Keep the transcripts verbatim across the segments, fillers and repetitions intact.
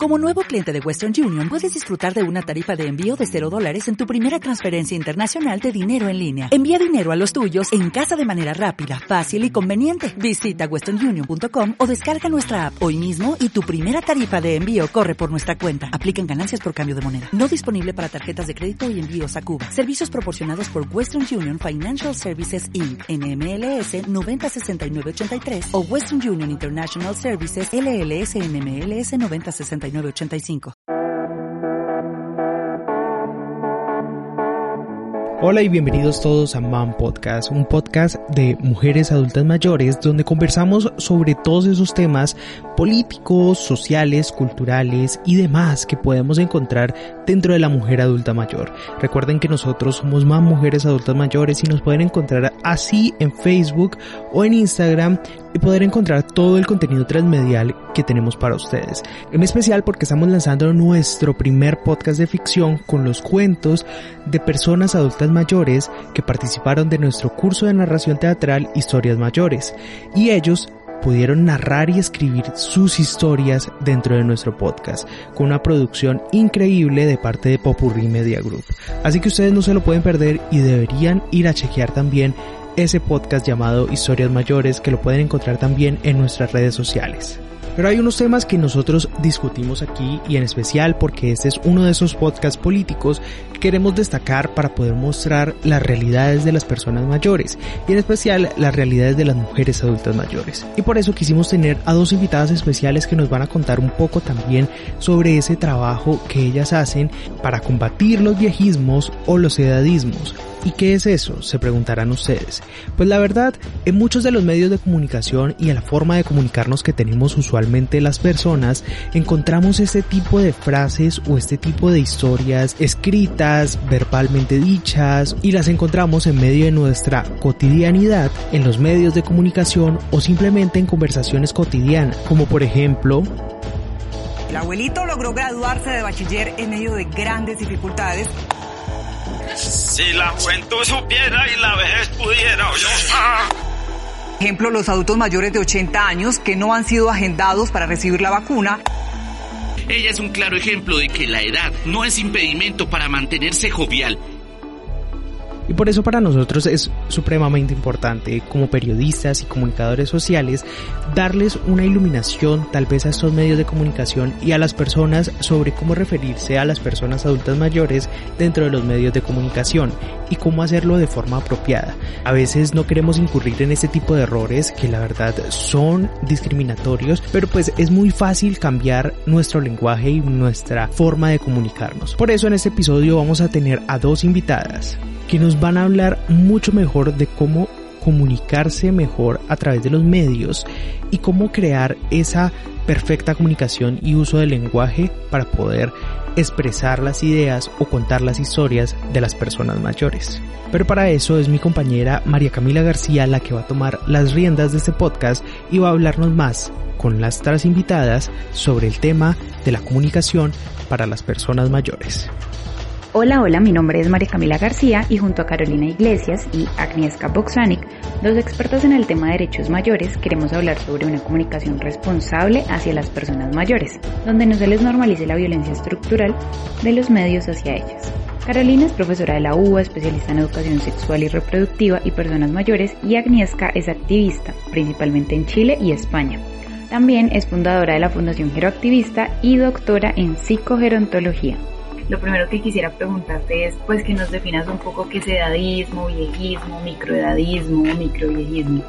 Como nuevo cliente de Western Union, puedes disfrutar de una tarifa de envío de cero dólares en tu primera transferencia internacional de dinero en línea. Envía dinero a los tuyos en casa de manera rápida, fácil y conveniente. Visita western union punto com o descarga nuestra app hoy mismo y tu primera tarifa de envío corre por nuestra cuenta. Aplican ganancias por cambio de moneda. No disponible para tarjetas de crédito y envíos a Cuba. Servicios proporcionados por Western Union Financial Services incorporated. N M L S noventa sesenta y nueve ochenta y tres o Western Union International Services L L S N M L S noventa sesenta y nueve ochenta y cinco. Hola y bienvenidos todos a Mam Podcast, un podcast de mujeres adultas mayores donde conversamos sobre todos esos temas políticos, sociales, culturales y demás que podemos encontrar dentro de la mujer adulta mayor. Recuerden que nosotros somos Mam Mujeres Adultas Mayores y nos pueden encontrar así en Facebook o en Instagram y poder encontrar todo el contenido transmedial que tenemos para ustedes. En especial porque estamos lanzando nuestro primer podcast de ficción con los cuentos de personas adultas mayores que participaron de nuestro curso de narración teatral Historias Mayores, y ellos pudieron narrar y escribir sus historias dentro de nuestro podcast, con una producción increíble de parte de Popurrí Media Group. Así que ustedes no se lo pueden perder y deberían ir a chequear también ese podcast llamado Historias Mayores, que lo pueden encontrar también en nuestras redes sociales. Pero hay unos temas que nosotros discutimos aquí, y en especial porque este es uno de esos podcasts políticos que queremos destacar para poder mostrar las realidades de las personas mayores y en especial las realidades de las mujeres adultas mayores. Y por eso quisimos tener a dos invitadas especiales que nos van a contar un poco también sobre ese trabajo que ellas hacen para combatir los viejismos o los edadismos. ¿Y qué es eso?, se preguntarán ustedes. Pues la verdad, en muchos de los medios de comunicación y en la forma de comunicarnos que tenemos usualmente las personas, encontramos este tipo de frases o este tipo de historias escritas, verbalmente dichas, y las encontramos en medio de nuestra cotidianidad, en los medios de comunicación o simplemente en conversaciones cotidianas, como por ejemplo: el abuelito logró graduarse de bachiller en medio de grandes dificultades. Si la juventud supiera y la vejez pudiera, ¿o no? Por ejemplo, los adultos mayores de ochenta años que no han sido agendados para recibir la vacuna. Ella es un claro ejemplo de que la edad no es impedimento para mantenerse jovial. Y por eso para nosotros es supremamente importante, como periodistas y comunicadores sociales, darles una iluminación tal vez a estos medios de comunicación y a las personas sobre cómo referirse a las personas adultas mayores dentro de los medios de comunicación y cómo hacerlo de forma apropiada. A veces no queremos incurrir en este tipo de errores que la verdad son discriminatorios, pero pues es muy fácil cambiar nuestro lenguaje y nuestra forma de comunicarnos. Por eso en este episodio vamos a tener a dos invitadas que nos van a hablar mucho mejor de cómo comunicarse mejor a través de los medios y cómo crear esa perfecta comunicación y uso del lenguaje para poder expresar las ideas o contar las historias de las personas mayores. Pero para eso es mi compañera María Camila García la que va a tomar las riendas de este podcast y va a hablarnos más con las otras invitadas sobre el tema de la comunicación para las personas mayores. Hola, hola, mi nombre es María Camila García y junto a Carolina Iglesias y Agnieszka Boksanik, dos expertos en el tema de derechos mayores, queremos hablar sobre una comunicación responsable hacia las personas mayores, donde no se les normalice la violencia estructural de los medios hacia ellas. Carolina es profesora de la U B A, especialista en educación sexual y reproducttiva y personas mayores, y Agnieszka es activista, principalmente en Chile y España. También es fundadora de la Fundación Geroactivista y doctora en psicogerontología. Lo primero que quisiera preguntarte es pues que nos definas un poco qué es edadismo, viejismo, microedadismo, microviejismo.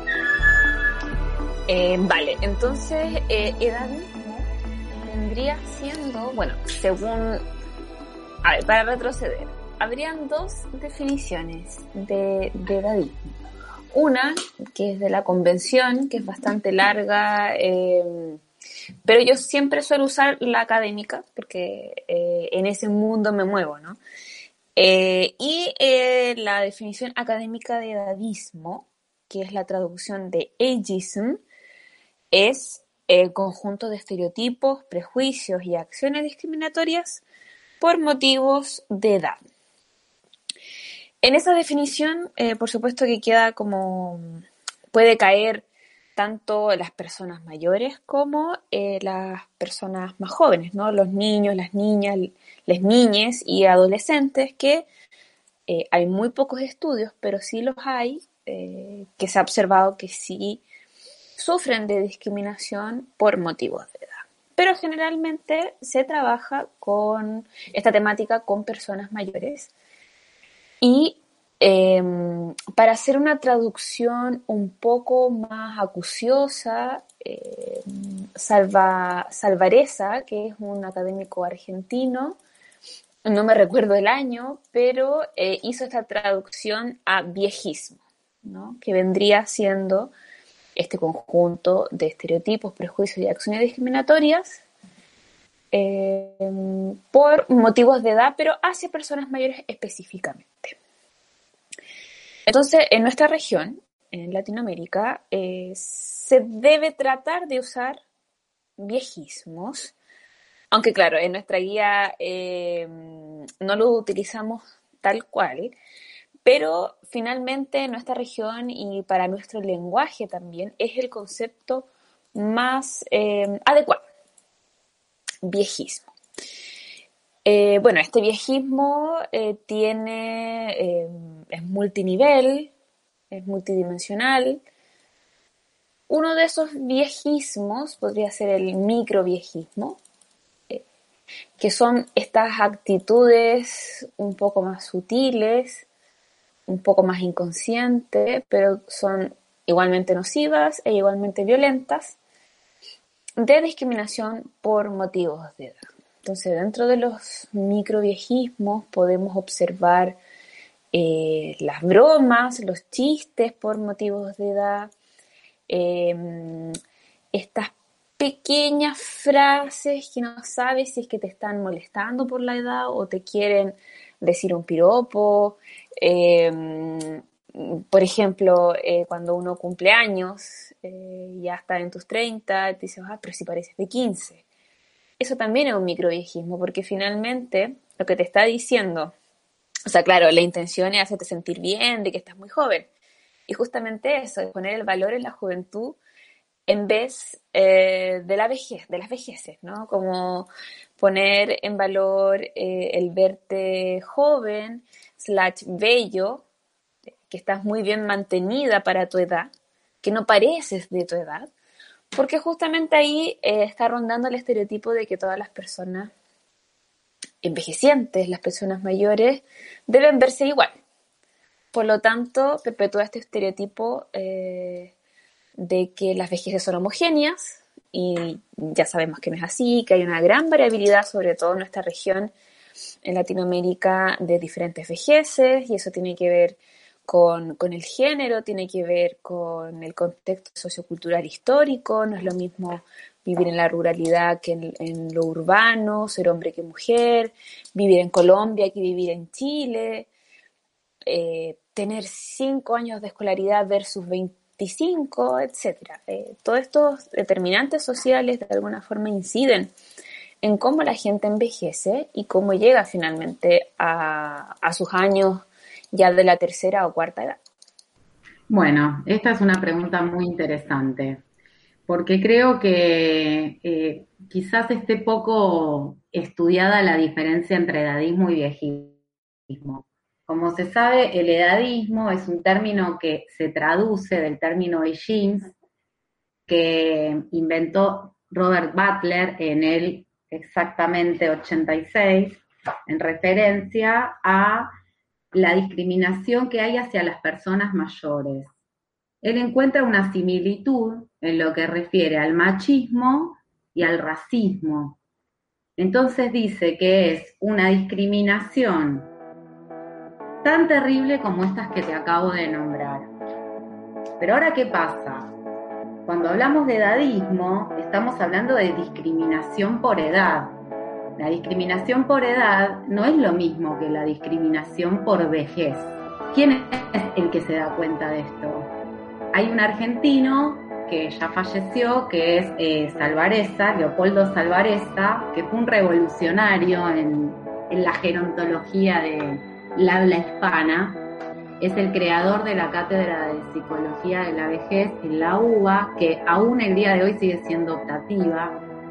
Eh, vale, entonces eh, edadismo vendría siendo, bueno, según, a ver, para retroceder, habrían dos definiciones de, de edadismo. Una, que es de la convención, que es bastante larga, eh, pero yo siempre suelo usar la académica porque eh, en ese mundo me muevo, ¿no? Eh, y eh, la definición académica de edadismo, que es la traducción de ageism, es el conjunto de estereotipos, prejuicios y acciones discriminatorias por motivos de edad. En esa definición, eh, por supuesto que queda como, puede caer tanto las personas mayores como eh, las personas más jóvenes, ¿no? Los niños, las niñas, las niñas y adolescentes, que eh, hay muy pocos estudios, pero sí los hay, eh, que se ha observado que sí sufren de discriminación por motivos de edad. Pero generalmente se trabaja con esta temática con personas mayores. Y eh, para hacer una traducción un poco más acuciosa, eh, Salva, Salvarezza, que es un académico argentino, no me recuerdo el año, pero eh, hizo esta traducción a viejismo, ¿no? Que vendría siendo este conjunto de estereotipos, prejuicios y acciones discriminatorias eh, por motivos de edad, pero hacia personas mayores específicamente. Entonces, en nuestra región, en Latinoamérica, eh, se debe tratar de usar viejismos, aunque claro, en nuestra guía eh, no lo utilizamos tal cual, pero finalmente en nuestra región y para nuestro lenguaje también es el concepto más eh, adecuado, viejismo. Eh, bueno, este viejismo eh, tiene, eh, es multinivel, es multidimensional. Uno de esos viejismos podría ser el microviejismo, eh, que son estas actitudes un poco más sutiles, un poco más inconscientes, pero son igualmente nocivas e igualmente violentas, de discriminación por motivos de edad. Entonces, dentro de los microviejismos podemos observar eh, las bromas, los chistes por motivos de edad, eh, estas pequeñas frases que no sabes si es que te están molestando por la edad o te quieren decir un piropo. Eh, por ejemplo, eh, cuando uno cumple años, eh, ya está en tus treinta, te dices, ah, pero si pareces de quince. Eso también es un microviejismo, porque finalmente lo que te está diciendo, o sea, claro, la intención es hacerte sentir bien, de que estás muy joven. Y justamente eso, es poner el valor en la juventud en vez eh, de la vejez, de las vejeces, ¿no? Como poner en valor eh, el verte joven, slash bello, que estás muy bien mantenida para tu edad, que no pareces de tu edad, porque justamente ahí eh, está rondando el estereotipo de que todas las personas envejecientes, las personas mayores, deben verse igual. Por lo tanto, perpetúa este estereotipo eh, de que las vejeces son homogéneas, y ya sabemos que no es así, que hay una gran variabilidad, sobre todo en nuestra región, en Latinoamérica, de diferentes vejeces, y eso tiene que ver Con, con el género, tiene que ver con el contexto sociocultural histórico. No es lo mismo vivir en la ruralidad que en, en lo urbano, ser hombre que mujer, vivir en Colombia que vivir en Chile, eh, tener cinco años de escolaridad versus veinticinco, etcétera. Eh, todos estos determinantes sociales de alguna forma inciden en cómo la gente envejece y cómo llega finalmente a, a sus años ya de la tercera o cuarta edad. Bueno, esta es una pregunta muy interesante, porque creo que eh, quizás esté poco estudiada la diferencia entre edadismo y viejismo. Como se sabe, el edadismo es un término que se traduce del término ageism, que inventó Robert Butler en el exactamente ochenta y seis, en referencia a la discriminación que hay hacia las personas mayores. Él encuentra una similitud en lo que refiere al machismo y al racismo. Entonces dice que es una discriminación tan terrible como estas que te acabo de nombrar. Pero ahora, ¿qué pasa? Cuando hablamos de edadismo, estamos hablando de discriminación por edad. La discriminación por edad no es lo mismo que la discriminación por vejez. ¿Quién es el que se da cuenta de esto? Hay un argentino que ya falleció, que es eh, Salvarezza, Leopoldo Salvarezza, que fue un revolucionario en, en la gerontología de la habla hispana. es el creador de la Cátedra de Psicología de la Vejez en la U B A, que aún el día de hoy sigue siendo optativa.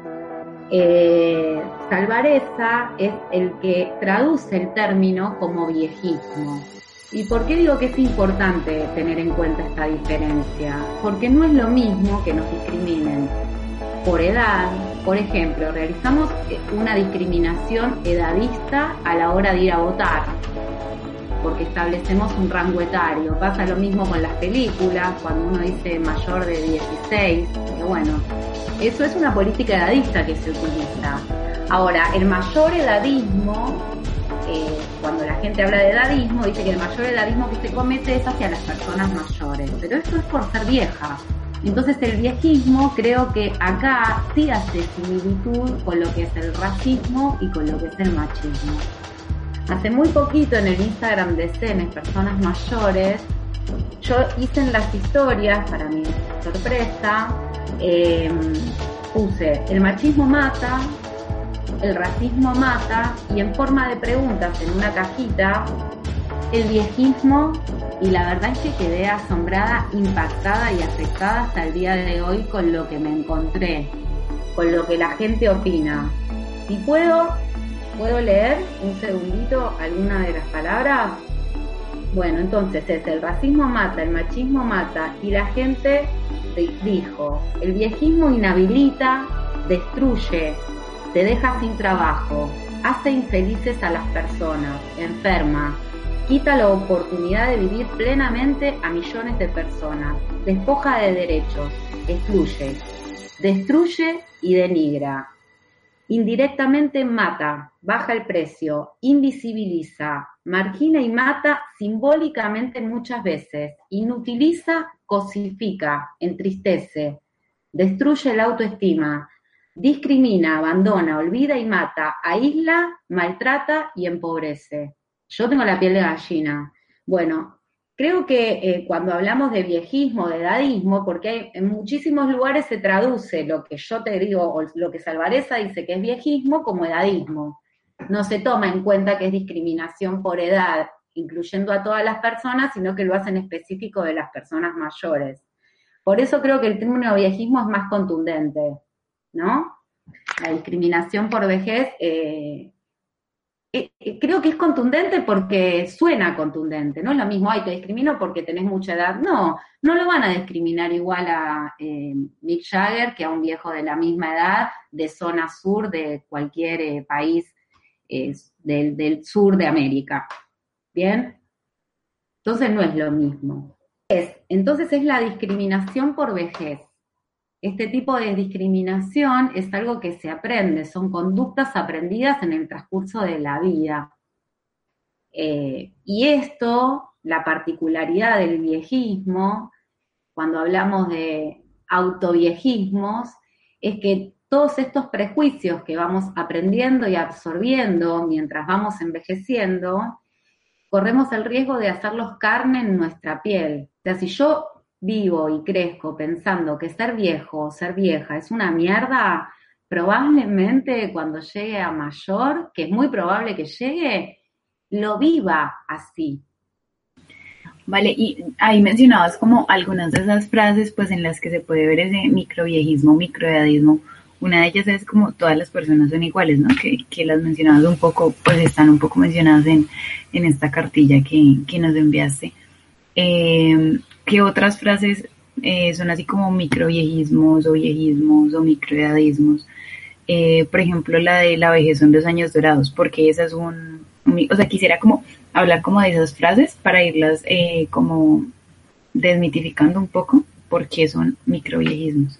Eh, Salvarezza es el que traduce el término como viejismo. ¿Y por qué digo que es importante tener en cuenta esta diferencia? Porque no es lo mismo que nos discriminen por edad. Por ejemplo, realizamos una discriminación edadista a la hora de ir a votar, porque establecemos un rango etario. Pasa lo mismo con las películas, cuando uno dice mayor de dieciséis, que bueno, eso es una política edadista que se utiliza. Ahora, el mayor edadismo, eh, cuando la gente habla de edadismo, dice que el mayor edadismo que se comete es hacia las personas mayores, pero esto es por ser vieja. Entonces el viejismo creo que acá sí hace similitud con lo que es el racismo y con lo que es el machismo. Hace muy poquito en el Instagram de CEMES, Personas Mayores, yo hice en las historias, para mi sorpresa, eh, puse el machismo mata, el racismo mata, y en forma de preguntas en una cajita, el viejismo, y la verdad es que quedé asombrada, impactada y afectada hasta el día de hoy con lo que me encontré, con lo que la gente opina. Si puedo, ¿puedo leer un segundito alguna de las palabras? Bueno, entonces es el racismo mata, el machismo mata, y la gente dijo, el viejismo inhabilita, destruye, te deja sin trabajo, hace infelices a las personas, enferma, quita la oportunidad de vivir plenamente a millones de personas, despoja de derechos, excluye, destruye y denigra. Indirectamente mata, baja el precio, invisibiliza, margina y mata simbólicamente muchas veces, inutiliza, cosifica, entristece, destruye la autoestima, discrimina, abandona, olvida y mata, aísla, maltrata y empobrece. Yo tengo la piel de gallina. Bueno, creo que eh, cuando hablamos de viejismo, de edadismo, porque hay, en muchísimos lugares se traduce lo que yo te digo, o lo que Salvarezza dice que es viejismo, como edadismo. No se toma en cuenta que es discriminación por edad, incluyendo a todas las personas, sino que lo hacen específico de las personas mayores. Por eso creo que el término viejismo es más contundente, ¿no? La discriminación por vejez... Eh, Eh, creo que es contundente porque suena contundente, no es lo mismo, ay, te discrimino porque tenés mucha edad, no, no lo van a discriminar igual a eh, Mick Jagger que a un viejo de la misma edad, de zona sur de cualquier eh, país eh, del, del sur de América, ¿bien? Entonces no es lo mismo. Es, entonces es la discriminación por vejez. Este tipo de discriminación es algo que se aprende, son conductas aprendidas en el transcurso de la vida. Eh, y esto, la particularidad del viejismo, cuando hablamos de autoviejismos, es que todos estos prejuicios que vamos aprendiendo y absorbiendo mientras vamos envejeciendo, corremos el riesgo de hacerlos carne en nuestra piel. O sea, si yo vivo y crezco pensando que ser viejo o ser vieja es una mierda, probablemente cuando llegue a mayor, que es muy probable que llegue, lo viva así. Vale, y ahí mencionabas como algunas de esas frases pues en las que se puede ver ese microviejismo, microedadismo. Una de ellas es como todas las personas son iguales, ¿no? Que, que las mencionabas un poco, pues están un poco mencionadas en, en esta cartilla que, que nos enviaste. Eh, ¿Qué otras frases eh, son así como microviejismos o viejismos o microedadismos? Eh, por ejemplo, la de la vejez son los años dorados, porque esa es un... un o sea, quisiera como hablar como de esas frases para irlas eh, como desmitificando un poco, porque son microviejismos.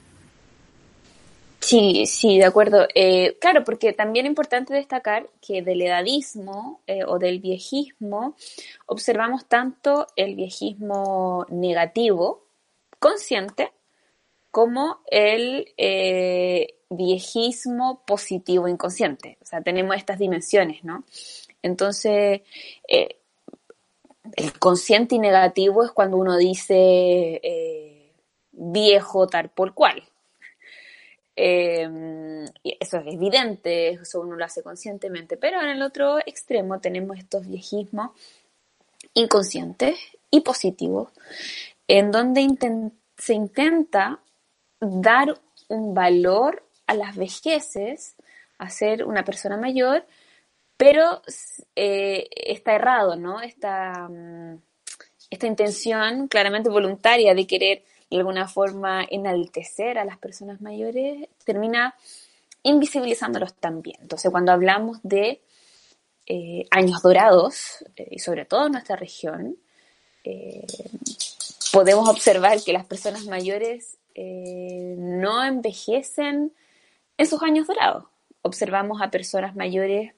Sí, sí, de acuerdo. Eh, claro, porque también es importante destacar que del edadismo eh, o del viejismo observamos tanto el viejismo negativo, consciente, como el eh, viejismo positivo inconsciente. O sea, tenemos estas dimensiones, ¿no? Entonces, eh, el consciente y negativo es cuando uno dice eh, viejo tal por cual. Eh, eso es evidente, eso uno lo hace conscientemente, pero en el otro extremo tenemos estos viejismos inconscientes y positivos, en donde intent- se intenta dar un valor a las vejeces, a ser una persona mayor, pero eh, está errado, ¿no? Esta, esta intención claramente voluntaria de querer de alguna forma enaltecer a las personas mayores termina invisibilizándolos también. Entonces, cuando hablamos de eh, años dorados, eh, y sobre todo en nuestra región, eh, podemos observar que las personas mayores eh, no envejecen en sus años dorados. Observamos a personas mayores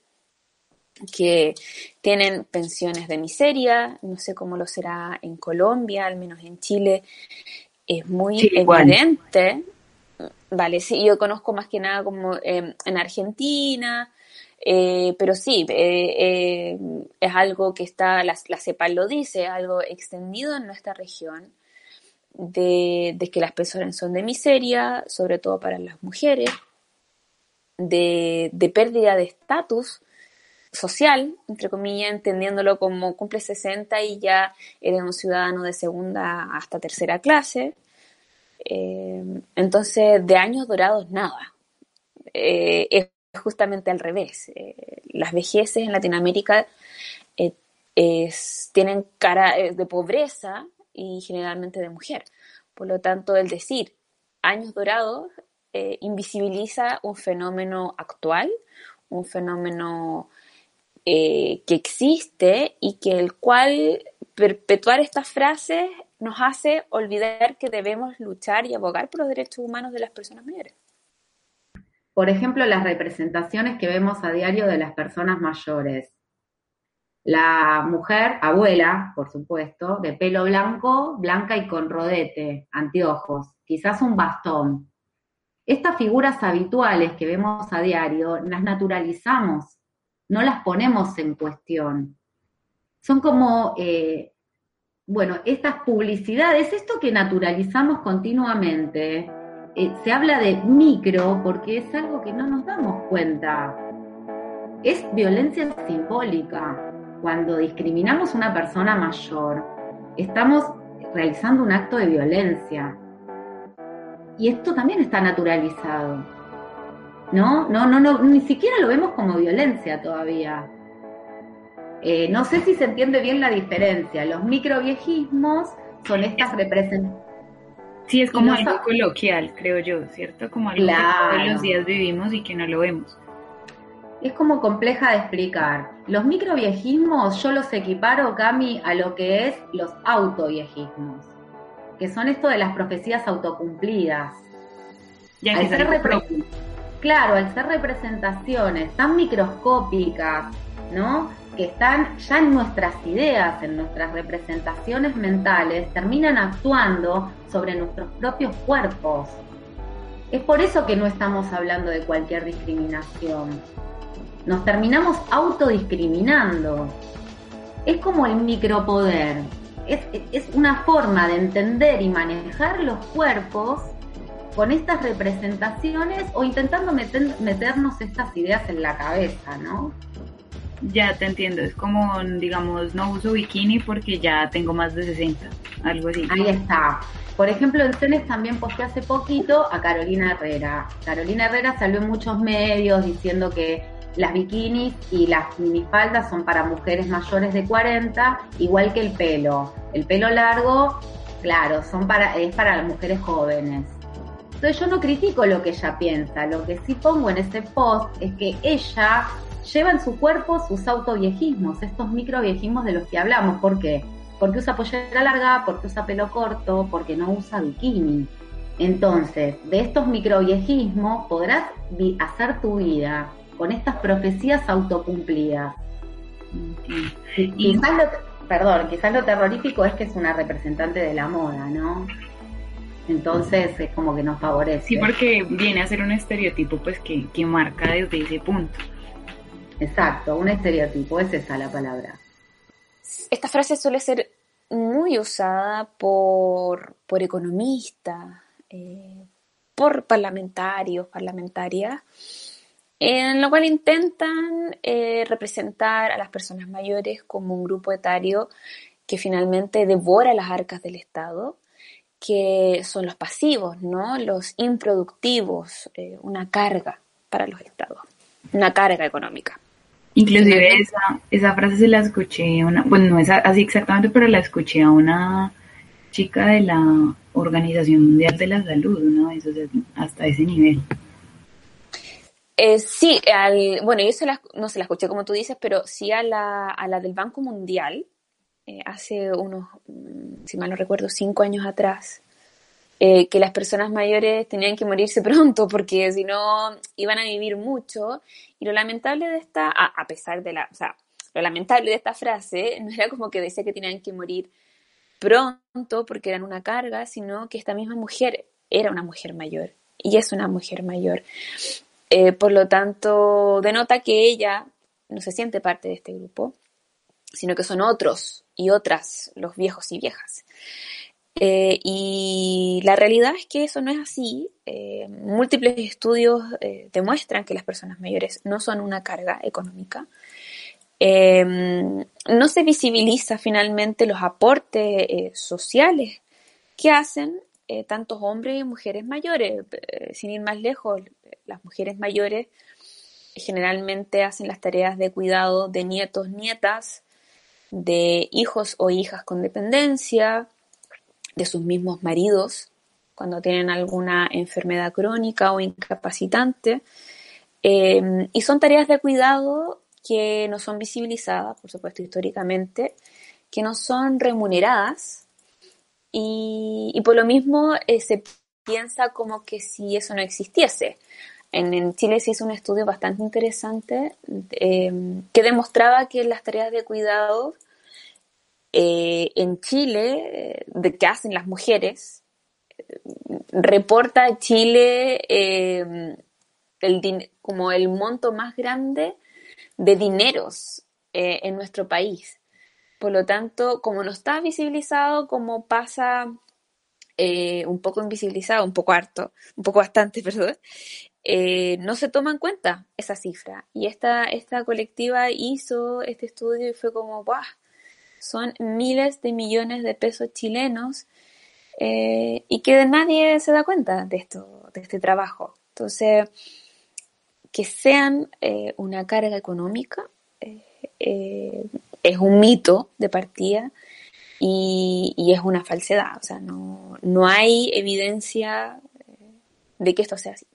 que tienen pensiones de miseria, no sé cómo lo será en Colombia, al menos en Chile es muy sí, evidente. Vale, sí, yo conozco más que nada como eh, en Argentina, eh, pero sí, eh, eh, es algo que está, la, la CEPAL lo dice, algo extendido en nuestra región, de, de que las personas son de miseria, sobre todo para las mujeres, de, de pérdida de estatus social, entre comillas, entendiéndolo como cumple sesenta y ya eres un ciudadano de segunda hasta tercera clase. Eh, entonces, de años dorados, nada. Eh, es justamente al revés. Eh, las vejeces en Latinoamérica eh, es, tienen cara de pobreza y generalmente de mujer. Por lo tanto, el decir años dorados eh, invisibiliza un fenómeno actual, un fenómeno eh, que existe y que el cual perpetuar estas frases nos hace olvidar que debemos luchar y abogar por los derechos humanos de las personas mayores. Por ejemplo, las representaciones que vemos a diario de las personas mayores. La mujer, abuela, por supuesto, de pelo blanco, blanca y con rodete, anteojos, quizás un bastón. Estas figuras habituales que vemos a diario, las naturalizamos, no las ponemos en cuestión. Son como... Eh, Bueno, estas publicidades, esto que naturalizamos continuamente, eh, se habla de micro porque es algo que no nos damos cuenta. Es violencia simbólica. Cuando discriminamos a una persona mayor, estamos realizando un acto de violencia. Y esto también está naturalizado. ¿No? No, no, no, ni siquiera lo vemos como violencia todavía. Eh, no sé si se entiende bien la diferencia. Los microviejismos son estas representaciones. Sí, es como algo coloquial, creo yo, ¿cierto? Como algo claro. que todos los días vivimos y que no lo vemos. Es como compleja de explicar. Los microviejismos yo los equiparo, Cami, a lo que es los autoviejismos, que son esto de las profecías autocumplidas. Ya al ser repre- claro, al ser representaciones tan microscópicas, ¿no?, que están ya en nuestras ideas, en nuestras representaciones mentales, terminan actuando sobre nuestros propios cuerpos. Es por eso que no estamos hablando de cualquier discriminación. Nos terminamos autodiscriminando. Es como el micropoder. Es, es una forma de entender y manejar los cuerpos con estas representaciones o intentando meter, meternos estas ideas en la cabeza, ¿no? Ya te entiendo, es como, digamos, no uso bikini porque ya tengo más de sesenta, algo así. Ahí está. Por ejemplo, en Cenes también posté hace poquito a Carolina Herrera. Carolina Herrera salió en muchos medios diciendo que las bikinis y las minifaldas son para mujeres mayores de cuarenta, igual que el pelo. El pelo largo, claro, son para, es para las mujeres jóvenes. Entonces yo no critico lo que ella piensa, lo que sí pongo en ese post es que ella lleva en su cuerpo sus autoviejismos, estos microviejismos de los que hablamos. ¿Por qué? Porque usa pollera larga, porque usa pelo corto, porque no usa bikini. Entonces, de estos microviejismos podrás vi- hacer tu vida con estas profecías autocumplidas. Y, quizás lo, perdón, quizás lo terrorífico es que es una representante de la moda, ¿no? Entonces es como que nos favorece. Sí, porque viene a ser un estereotipo pues que, que marca desde ese punto. Exacto, un estereotipo, es esa la palabra. Esta frase suele ser muy usada por, por economistas, eh, por parlamentarios, parlamentarias, en lo cual intentan eh, representar a las personas mayores como un grupo etario que finalmente devora las arcas del Estado, que son los pasivos, ¿no? Los improductivos, eh, una carga para los estados, una carga económica. Inclusive esa, esa frase se la escuché, a una, bueno, no es así exactamente, pero la escuché a una chica de la Organización Mundial de la Salud, ¿no? Eso es hasta ese nivel. Eh, sí, al, bueno, yo se la, no se la escuché como tú dices, pero sí a la, a la del Banco Mundial, eh, hace unos, si mal no recuerdo, cinco años atrás, eh, que las personas mayores tenían que morirse pronto porque si no iban a vivir mucho. Y lo lamentable de esta, a, a pesar de la, o sea, lo lamentable de esta frase no era como que decía que tenían que morir pronto porque eran una carga, sino que esta misma mujer era una mujer mayor y es una mujer mayor. Eh, por lo tanto, denota que ella no se siente parte de este grupo, sino que son otros y otras, los viejos y viejas. Eh, y la realidad es que eso no es así. Eh, múltiples estudios eh, demuestran que las personas mayores no son una carga económica. Eh, no se visibiliza finalmente los aportes eh, sociales que hacen eh, tantos hombres y mujeres mayores. Eh, sin ir más lejos, las mujeres mayores generalmente hacen las tareas de cuidado de nietos, nietas, de hijos o hijas con dependencia, de sus mismos maridos cuando tienen alguna enfermedad crónica o incapacitante, eh, y son tareas de cuidado que no son visibilizadas, por supuesto, históricamente, que no son remuneradas, y, y por lo mismo eh, se piensa como que si eso no existiese. En, en Chile se hizo un estudio bastante interesante eh, que demostraba que las tareas de cuidado Eh, en Chile, de que hacen las mujeres, eh, reporta Chile eh, el din- como el monto más grande de dineros eh, en nuestro país. Por lo tanto, como no está visibilizado, como pasa eh, un poco invisibilizado, un poco harto, un poco bastante, perdón, eh, no se toma en cuenta esa cifra. Y esta, esta colectiva hizo este estudio y fue como, ¡buah! Son miles de millones de pesos chilenos eh, y que nadie se da cuenta de esto, de este trabajo. Entonces, que sean eh, una carga económica eh, eh, es un mito de partida y, y es una falsedad. O sea, no, no hay evidencia de que esto sea así.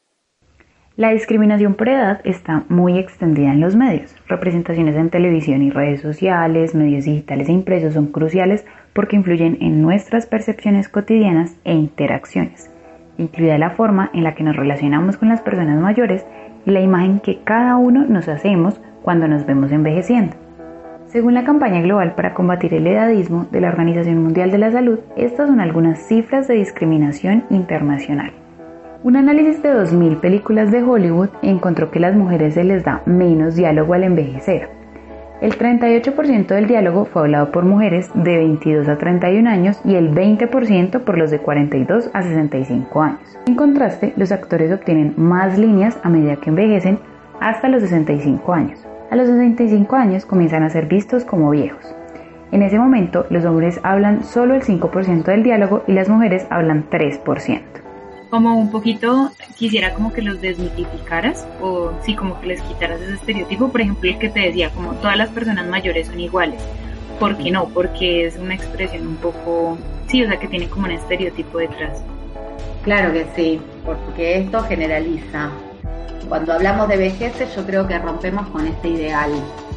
La discriminación por edad está muy extendida en los medios. Representaciones en televisión y redes sociales, medios digitales e impresos son cruciales porque influyen en nuestras percepciones cotidianas e interacciones, incluida la forma en la que nos relacionamos con las personas mayores y la imagen que cada uno nos hacemos cuando nos vemos envejeciendo. Según la campaña global para combatir el edadismo de la Organización Mundial de la Salud, estas son algunas cifras de discriminación internacional. Un análisis de dos mil películas de Hollywood encontró que a las mujeres se les da menos diálogo al envejecer. El treinta y ocho por ciento del diálogo fue hablado por mujeres de veintidós a treinta y un años y el veinte por ciento por los de cuarenta y dos a sesenta y cinco años. En contraste, los actores obtienen más líneas a medida que envejecen hasta los sesenta y cinco años. A los sesenta y cinco años comienzan a ser vistos como viejos. En ese momento, los hombres hablan solo el cinco por ciento del diálogo y las mujeres hablan tres por ciento. Como un poquito, quisiera como que los desmitificaras, o sí, como que les quitaras ese estereotipo, por ejemplo, el que te decía, como todas las personas mayores son iguales. ¿Por qué no? Porque es una expresión un poco, sí, o sea, que tiene como un estereotipo detrás. Claro que sí, porque esto generaliza. Cuando hablamos de vejez, yo creo que rompemos con este ideal.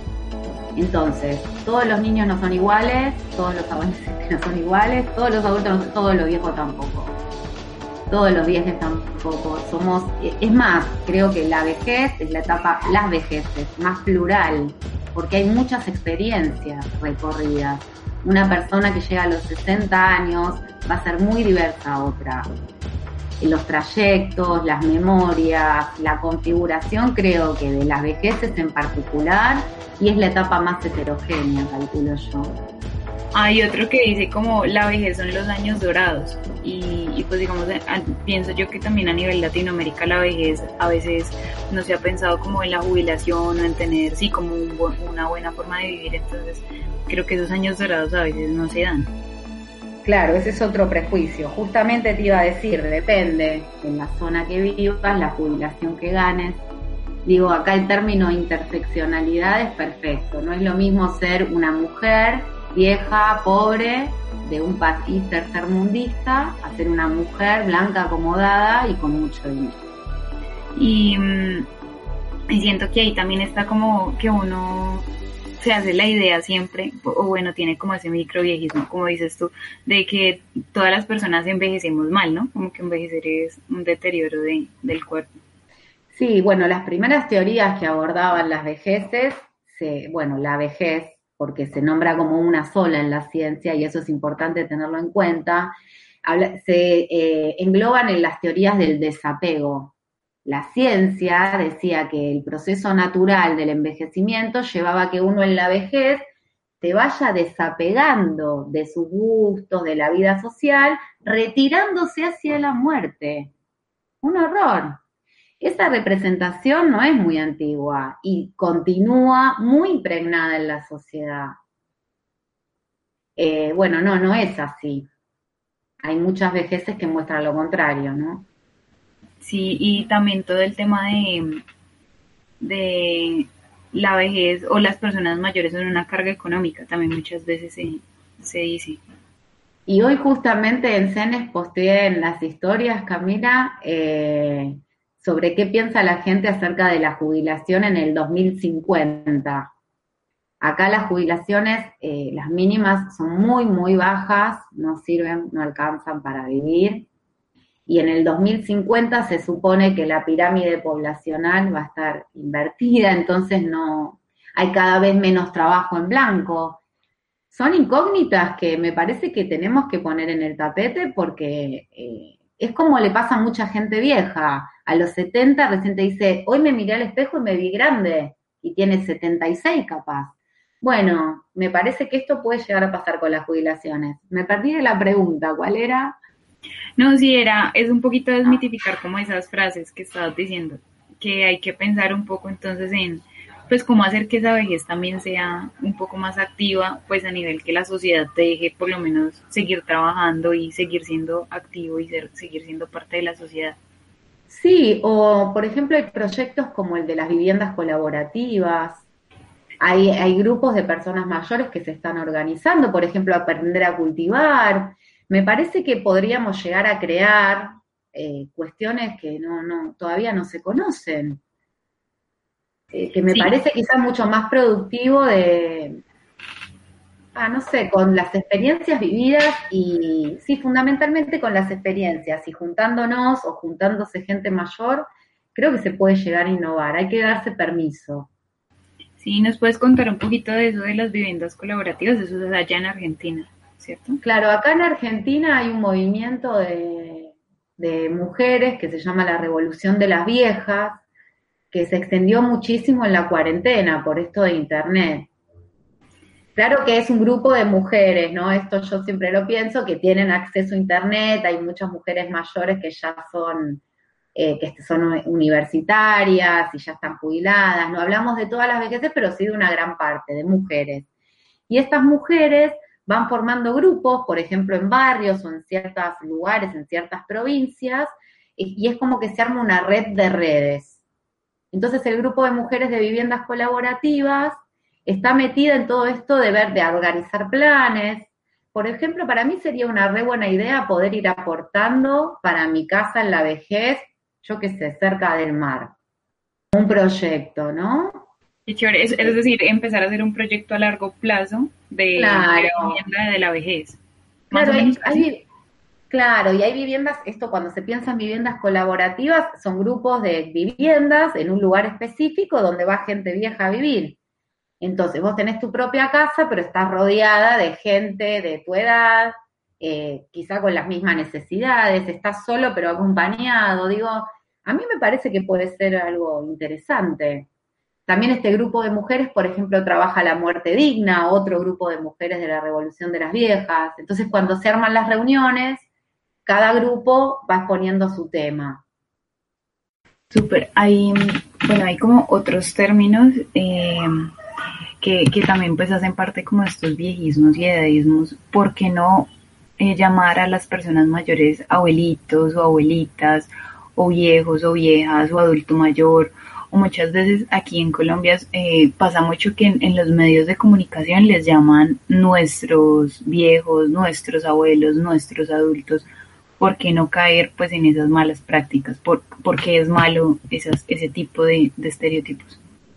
Entonces, todos los niños no son iguales, todos los adolescentes no son iguales, todos los adultos no, todos los viejos tampoco. Todos los viejos tampoco. Somos, es más, creo que la vejez es la etapa, las vejeces, más plural, porque hay muchas experiencias recorridas. Una persona que llega a los sesenta años va a ser muy diversa a otra. Los trayectos, las memorias, la configuración, creo que de las vejeces en particular, y es la etapa más heterogénea, calculo yo. Hay otro que dice como la vejez son los años dorados y, y pues digamos, a, pienso yo que también a nivel Latinoamérica la vejez a veces no se ha pensado como en la jubilación o en tener, sí, como un, una buena forma de vivir, entonces creo que esos años dorados a veces no se dan. Claro, ese es otro prejuicio. Justamente te iba a decir, depende en la zona que vivas, la jubilación que ganes. Digo, acá el término interseccionalidad es perfecto. No es lo mismo ser una mujer vieja, pobre, de un país tercermundista, a ser una mujer blanca, acomodada y con mucho dinero. Y, y siento que ahí también está como que uno se hace la idea siempre, o bueno, tiene como ese microviejismo, como dices tú, de que todas las personas envejecemos mal, ¿no? Como que envejecer es un deterioro de, del cuerpo. Sí, bueno, las primeras teorías que abordaban las vejeces, se, bueno, la vejez, porque se nombra como una sola en la ciencia, y eso es importante tenerlo en cuenta, habla, se eh, engloban en las teorías del desapego. La ciencia decía que el proceso natural del envejecimiento llevaba a que uno en la vejez se vaya desapegando de sus gustos, de la vida social, retirándose hacia la muerte. Un horror. Esa representación no es muy antigua y continúa muy impregnada en la sociedad. Eh, bueno, no, no es así. Hay muchas vejeces que muestran lo contrario, ¿no? Sí, y también todo el tema de, de la vejez o las personas mayores son una carga económica, también muchas veces se, se dice. Y hoy justamente en Cenes posteé en las historias, Camila, eh, sobre qué piensa la gente acerca de la jubilación en el dos mil cincuenta. Acá las jubilaciones, eh, las mínimas son muy, muy bajas, no sirven, no alcanzan para vivir. Y en el dos mil cincuenta se supone que la pirámide poblacional va a estar invertida, entonces no hay cada vez menos trabajo en blanco. Son incógnitas que me parece que tenemos que poner en el tapete porque eh, es como le pasa a mucha gente vieja. A los setenta recién te dice, hoy me miré al espejo y me vi grande, y tiene setenta y seis capaz. Bueno, me parece que esto puede llegar a pasar con las jubilaciones. Me perdí de la pregunta, ¿cuál era? No, sí, era, es un poquito desmitificar como esas frases que estabas diciendo, que hay que pensar un poco entonces en, pues cómo hacer que esa vejez también sea un poco más activa, pues a nivel que la sociedad te deje por lo menos seguir trabajando y seguir siendo activo y ser, seguir siendo parte de la sociedad. Sí, o por ejemplo hay proyectos como el de las viviendas colaborativas, hay, hay grupos de personas mayores que se están organizando, por ejemplo, aprender a cultivar. Me parece que podríamos llegar a crear eh, cuestiones que no, no, todavía no se conocen, eh, que me sí. parece quizás mucho más productivo de, ah, no sé, con las experiencias vividas y, sí, fundamentalmente con las experiencias y juntándonos o juntándose gente mayor, creo que se puede llegar a innovar, hay que darse permiso. Sí, ¿nos puedes contar un poquito de eso de las viviendas colaborativas? Eso es allá en Argentina, ¿cierto? Claro, acá en Argentina hay un movimiento de, de mujeres que se llama la Revolución de las Viejas, que se extendió muchísimo en la cuarentena por esto de internet. Claro que es un grupo de mujeres, ¿no? Esto yo siempre lo pienso, que tienen acceso a internet, hay muchas mujeres mayores que ya son, eh, que son universitarias y ya están jubiladas, no hablamos de todas las vejeces, pero sí de una gran parte, de mujeres. Y estas mujeres van formando grupos, por ejemplo, en barrios o en ciertos lugares, en ciertas provincias, y, y es como que se arma una red de redes. Entonces el grupo de mujeres de viviendas colaborativas está metida en todo esto de ver, de organizar planes. Por ejemplo, para mí sería una re buena idea poder ir aportando para mi casa en la vejez, yo qué sé, cerca del mar. Un proyecto, ¿no? Qué chévere, es, es decir, empezar a hacer un proyecto a largo plazo de, claro. de la vivienda de la vejez. Claro, hay, hay, claro, y hay viviendas, esto cuando se piensa en viviendas colaborativas, son grupos de viviendas en un lugar específico donde va gente vieja a vivir. Entonces vos tenés tu propia casa, pero estás rodeada de gente de tu edad, eh, quizá con las mismas necesidades, estás solo pero acompañado. Digo, a mí me parece que puede ser algo interesante. También este grupo de mujeres, por ejemplo, trabaja la muerte digna, otro grupo de mujeres de la Revolución de las Viejas. Entonces, cuando se arman las reuniones, cada grupo va exponiendo su tema. Súper. Hay, bueno, hay como otros términos eh, que, que también pues hacen parte como de estos viejismos y edadismos. ¿Por qué no eh, llamar a las personas mayores abuelitos o abuelitas, o viejos o viejas, o adulto mayor? O muchas veces aquí en Colombia eh, pasa mucho que en, en los medios de comunicación les llaman nuestros viejos, nuestros abuelos, nuestros adultos. ¿Por qué no caer pues en esas malas prácticas? ¿Por, por qué es malo esas, ese tipo de, de estereotipos?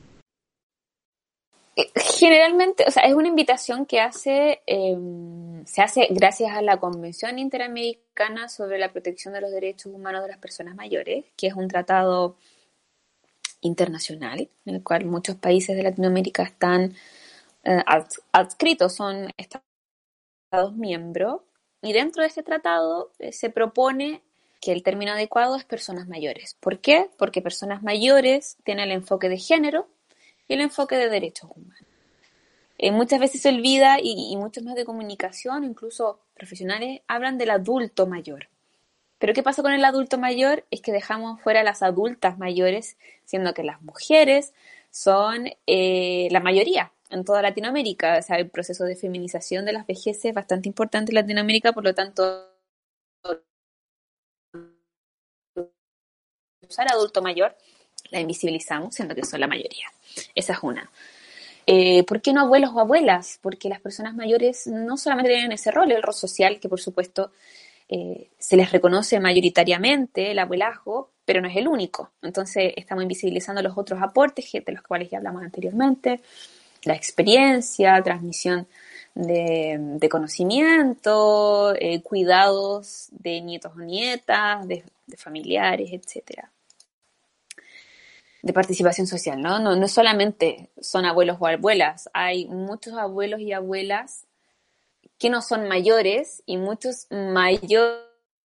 Generalmente, o sea, es una invitación que hace, eh, se hace gracias a la Convención Interamericana sobre la Protección de los Derechos Humanos de las Personas Mayores, que es un tratado internacional en el cual muchos países de Latinoamérica están eh, adscritos, son estados miembros, y dentro de este tratado eh, se propone que el término adecuado es personas mayores. ¿Por qué? Porque personas mayores tienen el enfoque de género y el enfoque de derechos humanos. Eh, muchas veces se olvida, y, y muchos medios de comunicación, incluso profesionales, hablan del adulto mayor. Pero ¿qué pasa con el adulto mayor? Es que dejamos fuera a las adultas mayores, siendo que las mujeres son eh, la mayoría en toda Latinoamérica. O sea, el proceso de feminización de las vejeces es bastante importante en Latinoamérica, por lo tanto, usar adulto mayor la invisibilizamos, siendo que son la mayoría. Esa es una. Eh, ¿Por qué no abuelos o abuelas? Porque las personas mayores no solamente tienen ese rol, el rol social, que por supuesto eh, se les reconoce mayoritariamente el abuelazgo, pero no es el único. Entonces estamos invisibilizando los otros aportes de los cuales ya hablamos anteriormente, la experiencia, transmisión de, de conocimiento, eh, cuidados de nietos o nietas, de, de familiares, etcétera. De participación social, ¿no? ¿no? No solamente son abuelos o abuelas, hay muchos abuelos y abuelas que no son mayores y muchos mayores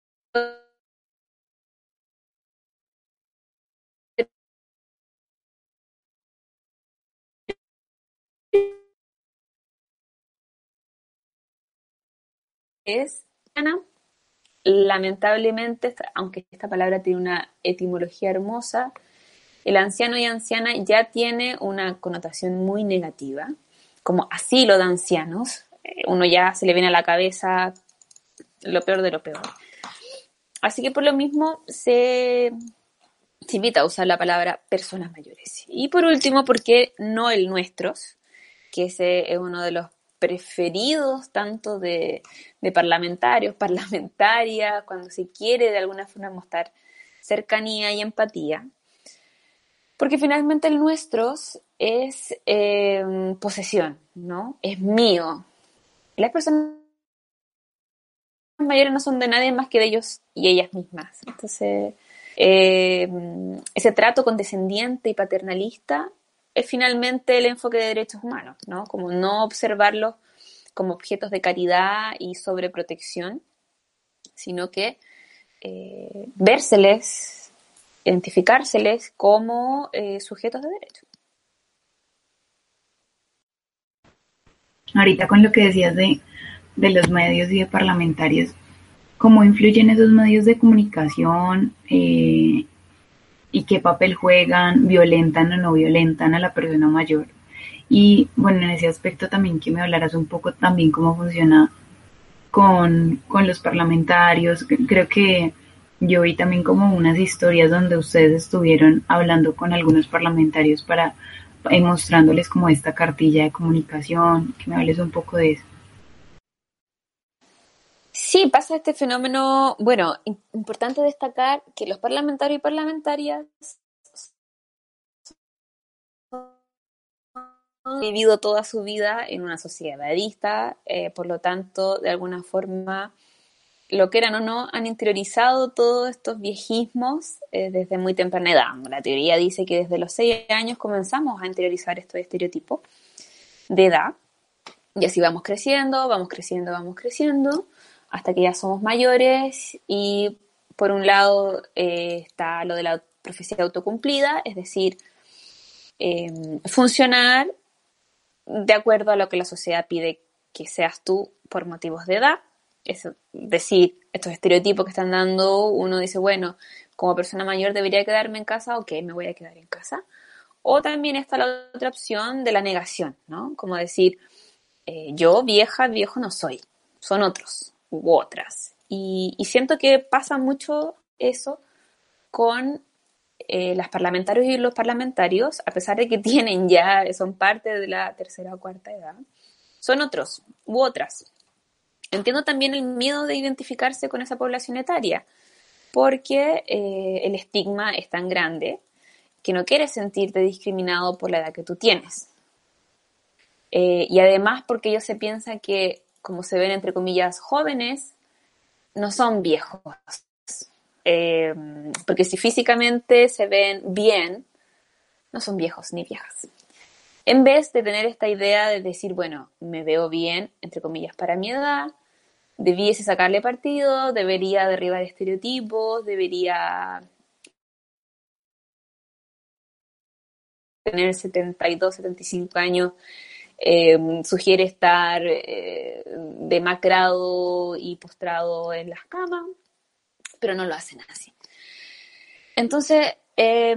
es, lamentablemente, aunque esta palabra tiene una etimología hermosa, el anciano y anciana ya tiene una connotación muy negativa, como asilo de ancianos. Uno ya se le viene a la cabeza lo peor de lo peor. Así que por lo mismo se, se invita a usar la palabra personas mayores. Y por último, ¿por qué no el nuestros? Que ese es uno de los preferidos tanto de, de parlamentarios, parlamentarias, cuando se quiere de alguna forma mostrar cercanía y empatía. Porque finalmente el nuestros es eh, posesión, ¿no? Es mío. Las personas mayores no son de nadie más que de ellos y ellas mismas. Entonces, eh, ese trato condescendiente y paternalista es finalmente el enfoque de derechos humanos, ¿no? Como no observarlos como objetos de caridad y sobreprotección, sino que eh, vérseles, identificárseles como eh, sujetos de derecho. Ahorita con lo que decías de, de los medios y de parlamentarios, ¿cómo influyen esos medios de comunicación eh, y qué papel juegan, violentan o no violentan a la persona mayor? Y bueno, en ese aspecto también que me hablaras un poco también cómo funciona con, con los parlamentarios. Creo que yo vi también como unas historias donde ustedes estuvieron hablando con algunos parlamentarios para eh, mostrándoles como esta cartilla de comunicación, que me hables un poco de eso. Sí, pasa este fenómeno. Bueno, importante destacar que los parlamentarios y parlamentarias han vivido toda su vida en una sociedad edadista, eh, por lo tanto, de alguna forma, lo quieran o no, han interiorizado todos estos viejismos eh, desde muy temprana edad. La teoría dice que desde los seis años comenzamos a interiorizar estos estereotipos de edad, y así vamos creciendo, vamos creciendo, vamos creciendo, hasta que ya somos mayores, y por un lado eh, está lo de la profecía autocumplida, es decir, eh, funcionar de acuerdo a lo que la sociedad pide que seas tú por motivos de edad. Es decir, estos estereotipos que están dando, uno dice, bueno, como persona mayor debería quedarme en casa, ok, me voy a quedar en casa. O también está la otra opción de la negación, ¿no? Como decir, eh, yo vieja, viejo no soy, son otros u otras. Y, y siento que pasa mucho eso con eh, las parlamentarios y los parlamentarios, a pesar de que tienen ya, son parte de la tercera o cuarta edad, son otros u otras. Entiendo también el miedo de identificarse con esa población etaria, porque eh, el estigma es tan grande que no quieres sentirte discriminado por la edad que tú tienes. Eh, y además porque ellos se piensan que, como se ven entre comillas jóvenes, no son viejos. Eh, porque si físicamente se ven bien, no son viejos ni viejas. En vez de tener esta idea de decir, bueno, me veo bien, entre comillas, para mi edad, debiese sacarle partido, debería derribar estereotipos, debería tener setenta y dos, setenta y cinco años, eh, sugiere estar eh, demacrado y postrado en las camas, pero no lo hacen así. Entonces, eh,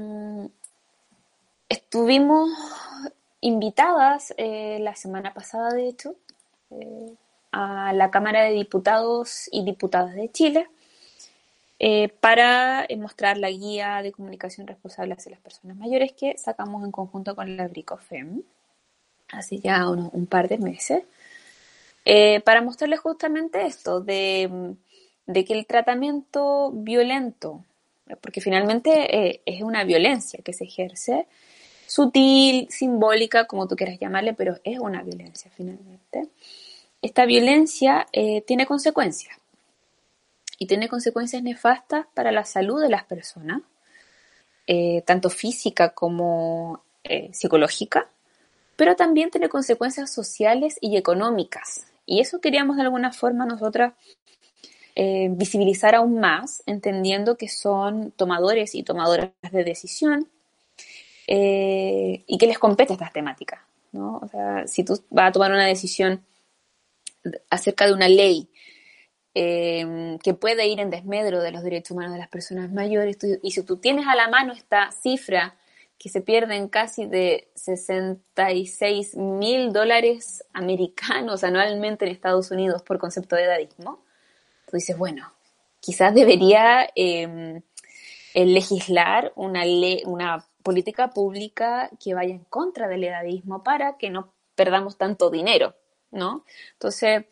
estuvimos invitadas eh, la semana pasada, de hecho, eh, a la Cámara de Diputados y Diputadas de Chile eh, para eh, mostrar la guía de comunicación responsable hacia las personas mayores que sacamos en conjunto con la Bricofem hace ya unos, un par de meses, eh, para mostrarles justamente esto de, de que el tratamiento violento, porque finalmente eh, es una violencia que se ejerce, sutil, simbólica, como tú quieras llamarle, pero es una violencia finalmente. Esta violencia eh, tiene consecuencias, y tiene consecuencias nefastas para la salud de las personas, eh, tanto física como eh, psicológica, pero también tiene consecuencias sociales y económicas. Y eso queríamos de alguna forma nosotras eh, visibilizar aún más, entendiendo que son tomadores y tomadoras de decisión, eh, y que les compete estas temáticas, ¿no? O sea, si tú vas a tomar una decisión acerca de una ley eh, que puede ir en desmedro de los derechos humanos de las personas mayores, tú, y si tú tienes a la mano esta cifra que se pierden casi de sesenta y seis mil dólares americanos anualmente en Estados Unidos por concepto de edadismo, tú dices, bueno, quizás debería eh, legislar una ley, una política pública que vaya en contra del edadismo para que no perdamos tanto dinero, ¿no? Entonces,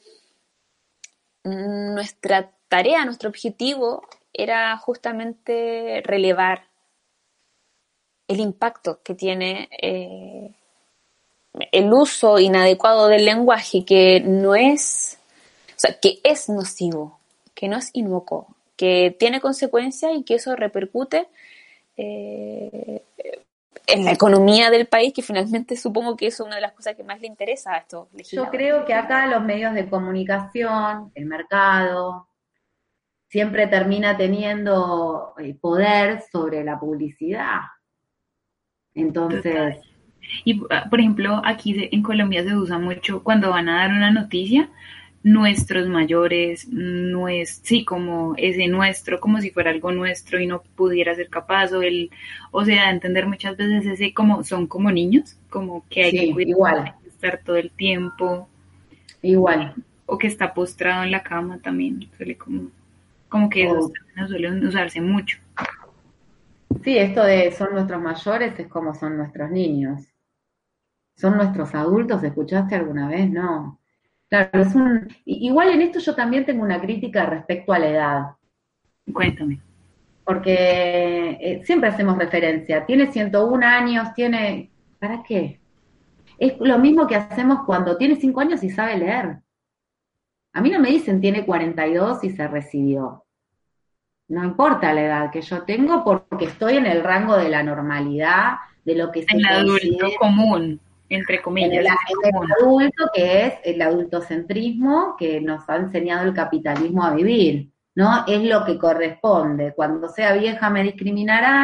nuestra tarea, nuestro objetivo era justamente relevar el impacto que tiene eh, el uso inadecuado del lenguaje, que no es, o sea, que es nocivo, que no es inocuo, que tiene consecuencias y que eso repercute eh, en la economía del país, que finalmente supongo que eso es una de las cosas que más le interesa a estos legisladores. Yo creo que acá los medios de comunicación, el mercado, siempre termina teniendo poder sobre la publicidad. Entonces... Y, por ejemplo, aquí en Colombia se usa mucho cuando van a dar una noticia, nuestros mayores, nues, sí, como ese nuestro, como si fuera algo nuestro y no pudiera ser capaz, o el, o sea, entender muchas veces ese como, son como niños, como que hay sí, que cuidar, igual. hay que estar todo el tiempo. Igual. O que está postrado en la cama también, suele como, como que oh. esos términos suelen usarse mucho. Sí, esto de son nuestros mayores es como son nuestros niños. ¿Son nuestros adultos? ¿Escuchaste alguna vez? No. Claro, es un... Igual en esto yo también tengo una crítica respecto a la edad. Cuéntame. Porque eh, siempre hacemos referencia. Tiene ciento uno años, tiene... ¿Para qué? Es lo mismo que hacemos cuando tiene cinco años y sabe leer. A mí no me dicen tiene cuarenta y dos y se recibió. No importa la edad que yo tengo porque estoy en el rango de la normalidad, de lo que se el adulto común, entre comillas. En el, en el adulto, que es el adultocentrismo que nos ha enseñado el capitalismo a vivir, ¿no? Es lo que corresponde. Cuando sea vieja me discriminarán,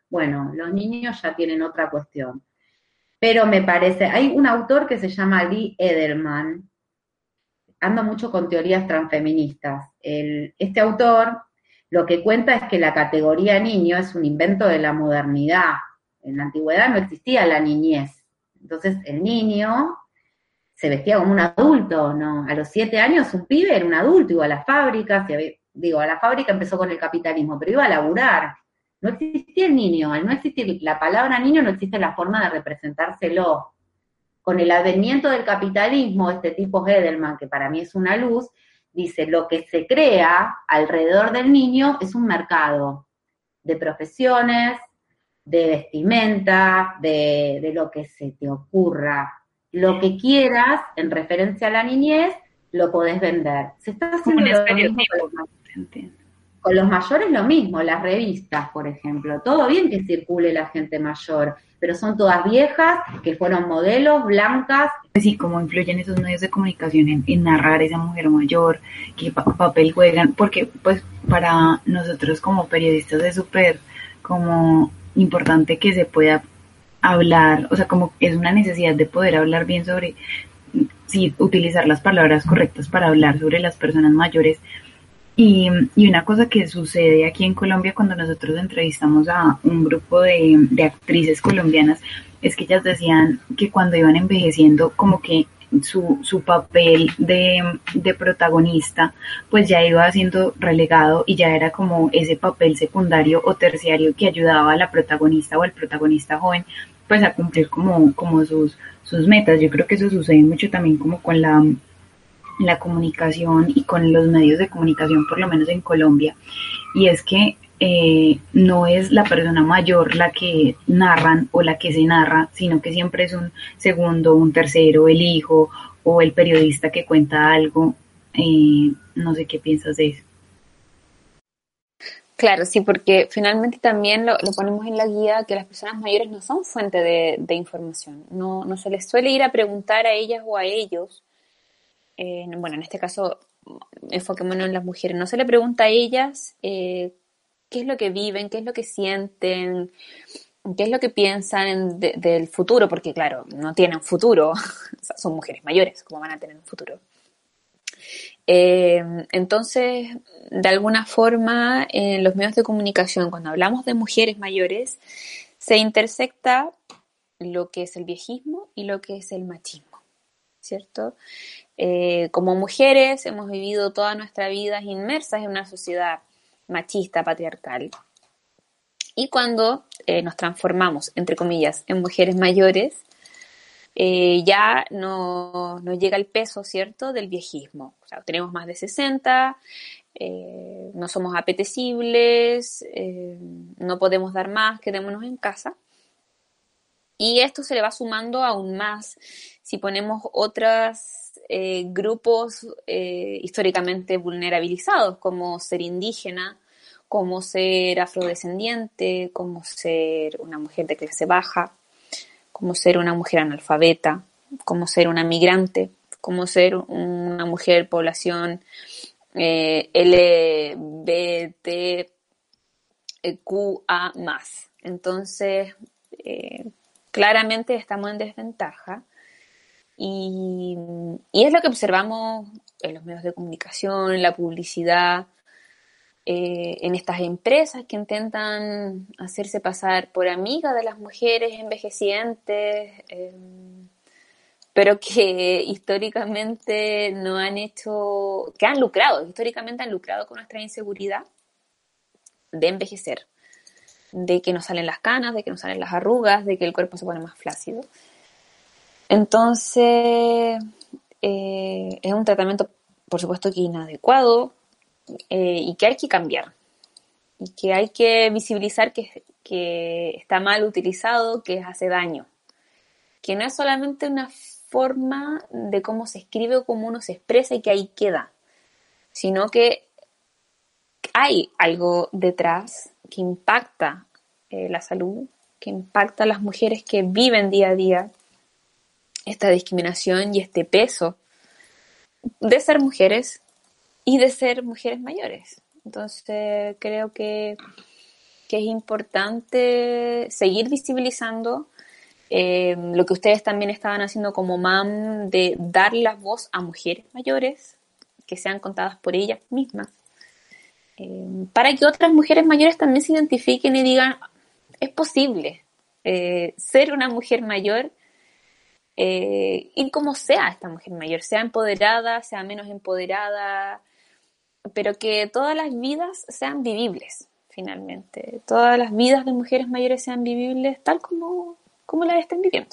Bueno, los niños ya tienen otra cuestión. Pero me parece, hay un autor que se llama Lee Edelman, anda mucho con teorías transfeministas. El, este autor lo que cuenta es que la categoría niño es un invento de la modernidad. En la antigüedad no existía la niñez. Entonces el niño se vestía como un adulto, ¿no? A los siete años un pibe era un adulto, iba a la fábrica, se, digo, a la fábrica empezó con el capitalismo, pero iba a laburar. No existía el niño, al no existir la palabra niño no existe la forma de representárselo. Con el advenimiento del capitalismo, este tipo Edelman, que para mí es una luz, dice, lo que se crea alrededor del niño es un mercado de profesiones, de vestimenta, de, de lo que se te ocurra. Lo que quieras, en referencia a la niñez, lo podés vender. Se está haciendo lo mismo con los, con los mayores, lo mismo, las revistas, por ejemplo. Todo bien que circule la gente mayor, pero son todas viejas, que fueron modelos, blancas. Sí, cómo influyen esos medios de comunicación en, en narrar a esa mujer mayor, qué pa- papel juegan, porque pues para nosotros como periodistas es súper como importante que se pueda hablar, o sea, como es una necesidad de poder hablar bien sobre, sí, utilizar las palabras correctas para hablar sobre las personas mayores. Y, y una cosa que sucede aquí en Colombia cuando nosotros entrevistamos a un grupo de, de actrices colombianas es que ellas decían que cuando iban envejeciendo como que su, su papel de, de protagonista pues ya iba siendo relegado y ya era como ese papel secundario o terciario que ayudaba a la protagonista o al protagonista joven pues a cumplir como, como sus, sus metas. Yo creo que eso sucede mucho también como con la la comunicación y con los medios de comunicación, por lo menos en Colombia, y es que eh, no es la persona mayor la que narran o la que se narra, sino que siempre es un segundo, un tercero, el hijo o el periodista que cuenta algo. Eh, no sé qué piensas de eso. Claro, sí, porque finalmente también lo, lo ponemos en la guía que las personas mayores no son fuente de, de información, no, no se les suele ir a preguntar a ellas o a ellos. Eh, bueno, en este caso, enfoquémonos en las mujeres. No se le pregunta a ellas eh, qué es lo que viven, qué es lo que sienten, qué es lo que piensan de, del futuro, porque claro, no tienen futuro, son mujeres mayores, ¿cómo van a tener un futuro? Eh, entonces, de alguna forma, en los medios de comunicación, cuando hablamos de mujeres mayores, se intersecta lo que es el viejismo y lo que es el machismo, ¿cierto? Eh, como mujeres hemos vivido toda nuestra vida inmersas en una sociedad machista, patriarcal. Y cuando eh, nos transformamos, entre comillas, en mujeres mayores, eh, ya no, nos llega el peso, ¿cierto?, del viejismo. O sea, tenemos más de sesenta, eh, no somos apetecibles, eh, no podemos dar más, quedémonos en casa. Y esto se le va sumando aún más si ponemos otros eh, grupos eh, históricamente vulnerabilizados, como ser indígena, como ser afrodescendiente, como ser una mujer de clase baja, como ser una mujer analfabeta, como ser una migrante, como ser una mujer población eh, L G B T Q A más. Entonces, eh, claramente estamos en desventaja y, y es lo que observamos en los medios de comunicación, en la publicidad, eh, en estas empresas que intentan hacerse pasar por amigas de las mujeres envejecientes, eh, pero que históricamente no han hecho, que han lucrado, históricamente han lucrado con nuestra inseguridad de envejecer, de que nos salen las canas, de que nos salen las arrugas, de que el cuerpo se pone más flácido. Entonces, eh, es un tratamiento, por supuesto, que inadecuado eh, y que hay que cambiar. Y que hay que visibilizar que, que está mal utilizado, que hace daño. Que no es solamente una forma de cómo se escribe o cómo uno se expresa y que ahí queda, sino que hay algo detrás que impacta eh, la salud, que impacta a las mujeres que viven día a día esta discriminación y este peso de ser mujeres y de ser mujeres mayores. Entonces creo que que es importante seguir visibilizando eh, lo que ustedes también estaban haciendo como M A M, de dar la voz a mujeres mayores, que sean contadas por ellas mismas, eh, para que otras mujeres mayores también se identifiquen y digan, es posible eh, ser una mujer mayor, eh, y como sea esta mujer mayor, sea empoderada, sea menos empoderada, pero que todas las vidas sean vivibles, finalmente. Todas las vidas de mujeres mayores sean vivibles tal como, como las estén viviendo.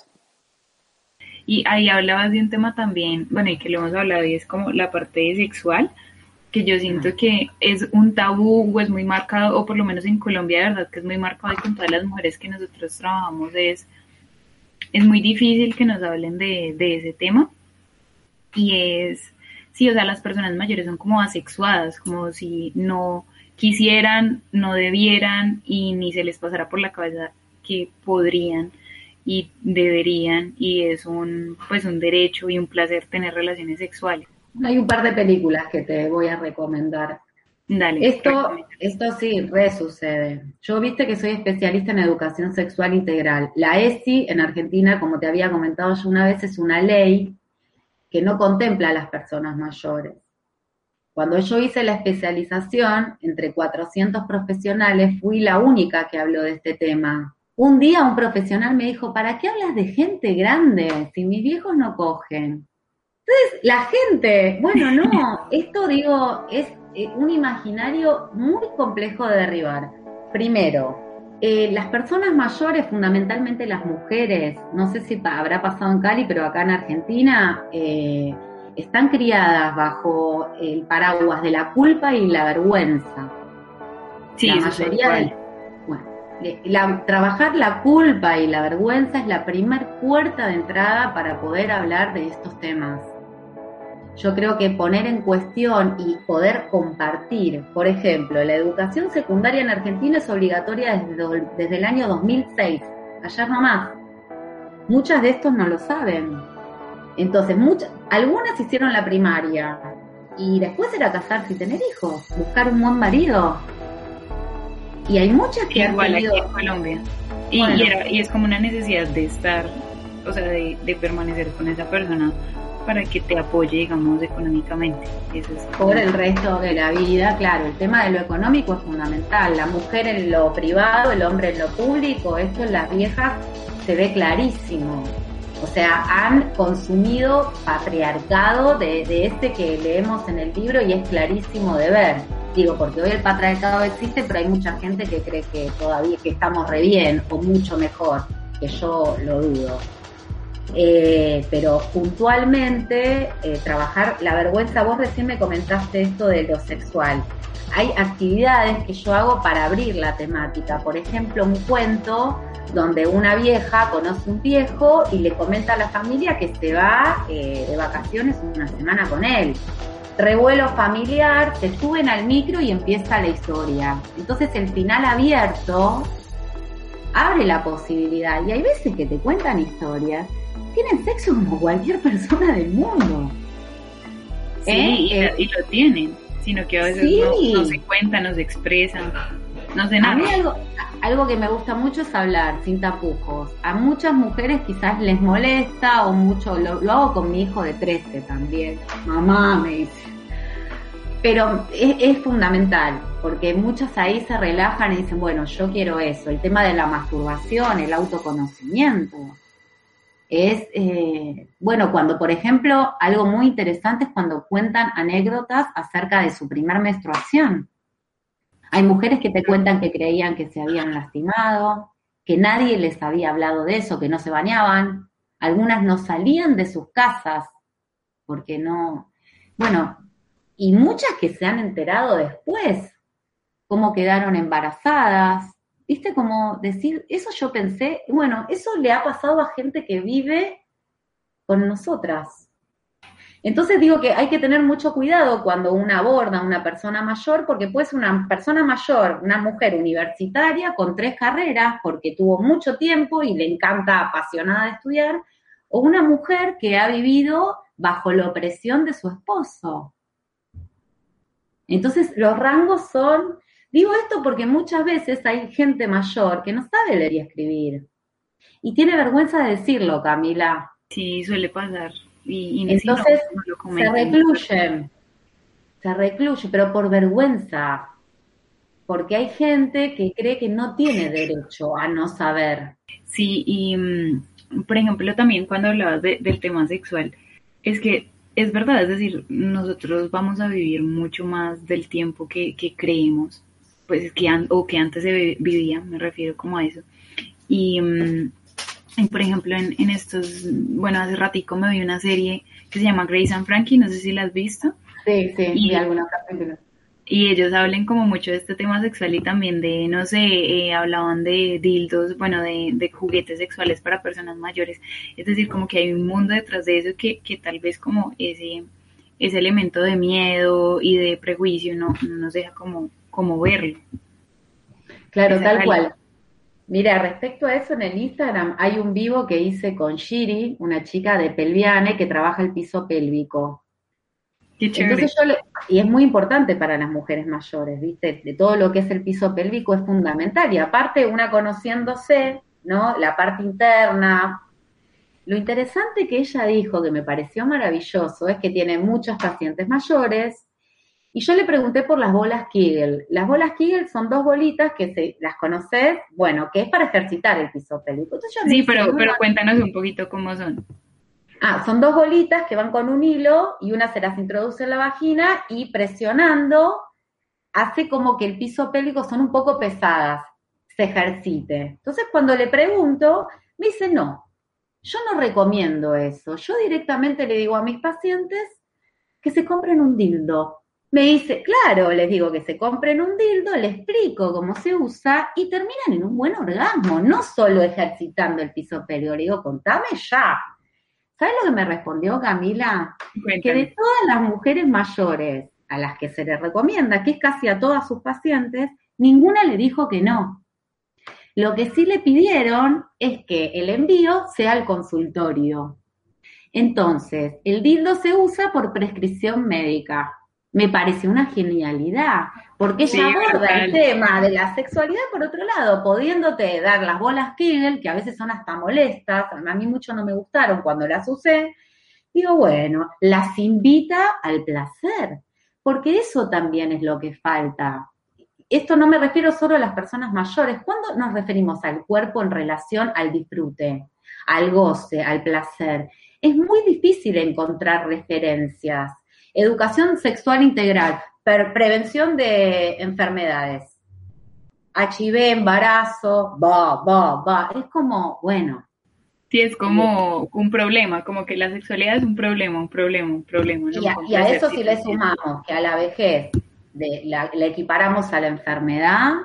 Y ahí hablabas de un tema también, bueno, y que lo hemos hablado, y es como la parte sexual, que yo siento uh-huh. que es un tabú o es muy marcado, o por lo menos en Colombia, de verdad que es muy marcado, y con todas las mujeres que nosotros trabajamos es, es muy difícil que nos hablen de, de ese tema. Y es, sí, o sea, las personas mayores son como asexuadas, como si no quisieran, no debieran, y ni se les pasara por la cabeza que podrían y deberían, y es un pues un derecho y un placer tener relaciones sexuales. Hay un par de películas que te voy a recomendar. Dale. Esto, esto sí, re sucede. Yo viste que soy especialista en educación sexual integral. La E S I en Argentina, como te había comentado yo una vez, es una ley que no contempla a las personas mayores. Cuando yo hice la especialización, entre cuatrocientos profesionales, fui la única que habló de este tema. Un día un profesional me dijo, ¿para qué hablas de gente grande si mis viejos no cogen? Entonces, la gente, bueno, no, esto digo, es un imaginario muy complejo de derribar. Primero, eh, las personas mayores, fundamentalmente las mujeres, no sé si pa- habrá pasado en Cali, pero acá en Argentina, eh, están criadas bajo el paraguas de la culpa y la vergüenza. Sí, la eso mayoría es de, bueno, La, trabajar la culpa y la vergüenza es la primer puerta de entrada para poder hablar de estos temas. Yo creo que poner en cuestión y poder compartir, por ejemplo, la educación secundaria en Argentina es obligatoria desde, desde el año dos mil seis, ayer nomás. Muchas de estos no lo saben. Entonces, muchas, algunas hicieron la primaria y después era casarse y tener hijos, buscar un buen marido. Y hay muchas que igual han tenido... aquí en Colombia. Y, Bueno. y, era, y es como una necesidad de estar, o sea, de, de permanecer con esa persona para que te apoye, digamos, económicamente. Eso es como... Por el resto de la vida, claro, el tema de lo económico es fundamental. La mujer en lo privado, el hombre en lo público, esto en las viejas se ve clarísimo. O sea, han consumido patriarcado de, de este que leemos en el libro y es clarísimo de ver. Digo, porque hoy el patriarcado existe, pero hay mucha gente que cree que todavía que estamos re bien o mucho mejor, que yo lo dudo. Eh, pero puntualmente, eh, trabajar la vergüenza, vos recién me comentaste esto de lo sexual. Hay actividades que yo hago para abrir la temática. Por ejemplo, un cuento donde una vieja conoce un viejo y le comenta a la familia que se va eh, de vacaciones una semana con él. Revuelo familiar, se suben al micro y empieza la historia. Entonces el final abierto abre la posibilidad. Y hay veces que te cuentan historias, tienen sexo como cualquier persona del mundo. Sí, ¿Eh? y, Eh, y lo tienen, sino que a veces sí. no, no se cuentan, no se expresan, no se A nada. mí algo, algo que me gusta mucho es hablar sin tapujos. A muchas mujeres quizás les molesta o mucho, lo, lo hago con mi hijo de trece también. Mamá me dice. Pero es, es fundamental, porque muchas ahí se relajan y dicen, bueno, yo quiero eso. El tema de la masturbación, el autoconocimiento. Es, eh, bueno, cuando, por ejemplo, algo muy interesante es cuando cuentan anécdotas acerca de su primer menstruación. Hay mujeres que te cuentan que creían que se habían lastimado, que nadie les había hablado de eso, que no se bañaban. Algunas no salían de sus casas porque no... Bueno, y muchas que se han enterado después, cómo quedaron embarazadas. ¿Viste? Como decir, eso yo pensé, bueno, eso le ha pasado a gente que vive con nosotras. Entonces digo que hay que tener mucho cuidado cuando uno aborda a una persona mayor, porque puede ser una persona mayor, una mujer universitaria con tres carreras, porque tuvo mucho tiempo y le encanta apasionada de estudiar, o una mujer que ha vivido bajo la opresión de su esposo. Entonces los rangos son... Digo esto porque muchas veces hay gente mayor que no sabe leer y escribir. Y tiene vergüenza de decirlo, Camila. Sí, suele pasar. Y, y Entonces no, no lo se comentan. recluyen, se recluyen, pero por vergüenza. Porque hay gente que cree que no tiene derecho a no saber. Sí, y mm, por ejemplo también cuando hablabas de, del tema sexual, es que es verdad, es decir, nosotros vamos a vivir mucho más del tiempo que, que creemos, pues que an, o que antes se vivía, me refiero como a eso. Y, mm, y por ejemplo en, en estos, bueno, hace ratico me vi una serie que se llama Grace and Frankie, no sé si la has visto. Sí, sí, y vi algunos capítulos. Y ellos hablan como mucho de este tema sexual y también de, no sé, eh, hablaban de dildos, bueno, de, de juguetes sexuales para personas mayores. Es decir, como que hay un mundo detrás de eso que, que tal vez como ese, ese elemento de miedo y de prejuicio no, no nos deja como, como verlo. Claro, Esa tal realidad. cual. Mira, respecto a eso en el Instagram hay un vivo que hice con Shiri, una chica de Pelviane que trabaja el piso pélvico. Qué chévere. Entonces yo le, y es muy importante para las mujeres mayores, ¿viste? De todo lo que es el piso pélvico es fundamental. Y aparte, una conociéndose, ¿no? La parte interna. Lo interesante que ella dijo, que me pareció maravilloso, es que tiene muchos pacientes mayores. Y yo le pregunté por las bolas Kegel. Las bolas Kegel son dos bolitas que se, las conoces, bueno, que es para ejercitar el piso pélvico. Entonces yo me Sí, dije, pero, no, pero cuéntanos un poquito cómo son. Ah, son dos bolitas que van con un hilo y una se las introduce en la vagina y presionando hace como que el piso pélvico son un poco pesadas, se ejercite. Entonces cuando le pregunto, me dice no, yo no recomiendo eso. Yo directamente le digo a mis pacientes que se compren un dildo. Me dice, claro, les digo que se compren un dildo, le explico cómo se usa y terminan en un buen orgasmo, no solo ejercitando el piso pélvico. Le digo, contame ya. ¿Sabes lo que me respondió Camila? Cuéntame. Que de todas las mujeres mayores a las que se les recomienda, que es casi a todas sus pacientes, ninguna le dijo que no. Lo que sí le pidieron es que el envío sea al consultorio. Entonces, el dildo se usa por prescripción médica. Me parece una genialidad, porque ella Sí, aborda brutal. el tema de la sexualidad por otro lado, pudiéndote dar las bolas Kegel, que a veces son hasta molestas, a mí mucho no me gustaron cuando las usé. Digo, bueno, las invita al placer, porque eso también es lo que falta. Esto no me refiero solo a las personas mayores. ¿Cuándo nos referimos al cuerpo en relación al disfrute, al goce, al placer? Es muy difícil encontrar referencias. Educación sexual integral, per- prevención de enfermedades, H I V, embarazo, va, va, va. Es como, bueno. Sí, es como un problema, como que la sexualidad es un problema, un problema, un problema. ¿no? Y a, y a eso si le sumamos que a la vejez de, la, la equiparamos a la enfermedad.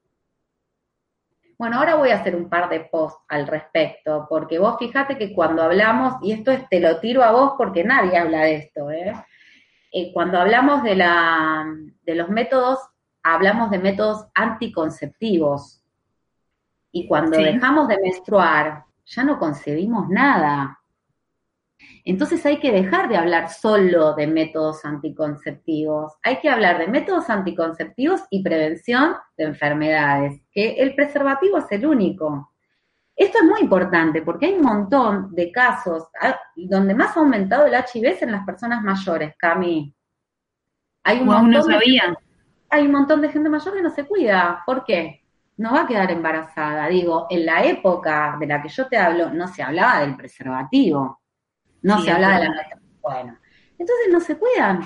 Bueno, ahora voy a hacer un par de posts al respecto, porque vos fíjate que cuando hablamos, y esto es, te lo tiro a vos porque nadie habla de esto, ¿eh? Eh, cuando hablamos de, la, de los métodos, hablamos de métodos anticonceptivos. Y cuando Sí. dejamos de menstruar, ya no concebimos nada. Entonces hay que dejar de hablar solo de métodos anticonceptivos. Hay que hablar de métodos anticonceptivos y prevención de enfermedades, que el preservativo es el único. Esto es muy importante porque hay un montón de casos donde más ha aumentado el H I V es en las personas mayores, Cami. Hay un, wow, montón no sabía. De, hay un montón de gente mayor que no se cuida. ¿Por qué? No va a quedar embarazada. Digo, en la época de la que yo te hablo, no se hablaba del preservativo. No Sí, se hablaba de verdad. la... Bueno, entonces no se cuidan.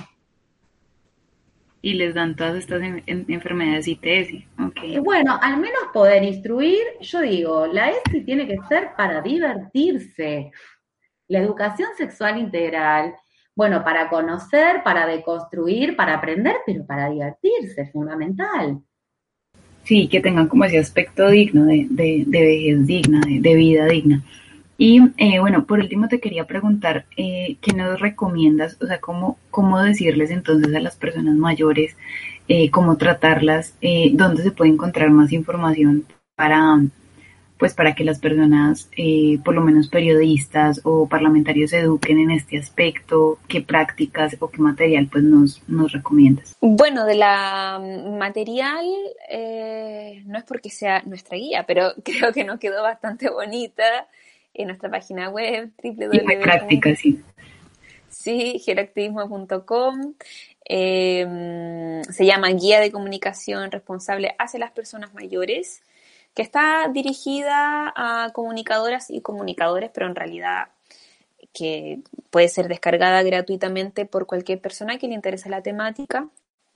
Y les dan todas estas en, en, enfermedades I T S. Okay. Y bueno, al menos poder instruir, yo digo, la E S I tiene que ser para divertirse. La educación sexual integral, bueno, para conocer, para deconstruir, para aprender, pero para divertirse, es fundamental. Sí, que tengan como ese aspecto digno, de, de, de vejez digna, de, de vida digna. Y eh, bueno, por último te quería preguntar, eh, ¿qué nos recomiendas? O sea, ¿cómo, cómo decirles entonces a las personas mayores, eh, cómo tratarlas, eh, dónde se puede encontrar más información para, pues para que las personas, eh, por lo menos periodistas o parlamentarios, se eduquen en este aspecto? ¿Qué prácticas o qué material pues nos, nos recomiendas? Bueno, de la material, eh, no es porque sea nuestra guía, pero creo que nos quedó bastante bonita en nuestra página web, doble u doble u doble u Y práctica, sí. Sí, geroactivismo punto com. Eh, se llama Guía de Comunicación Responsable hacia las Personas Mayores, que está dirigida a comunicadoras y comunicadores, pero en realidad que puede ser descargada gratuitamente por cualquier persona que le interese la temática.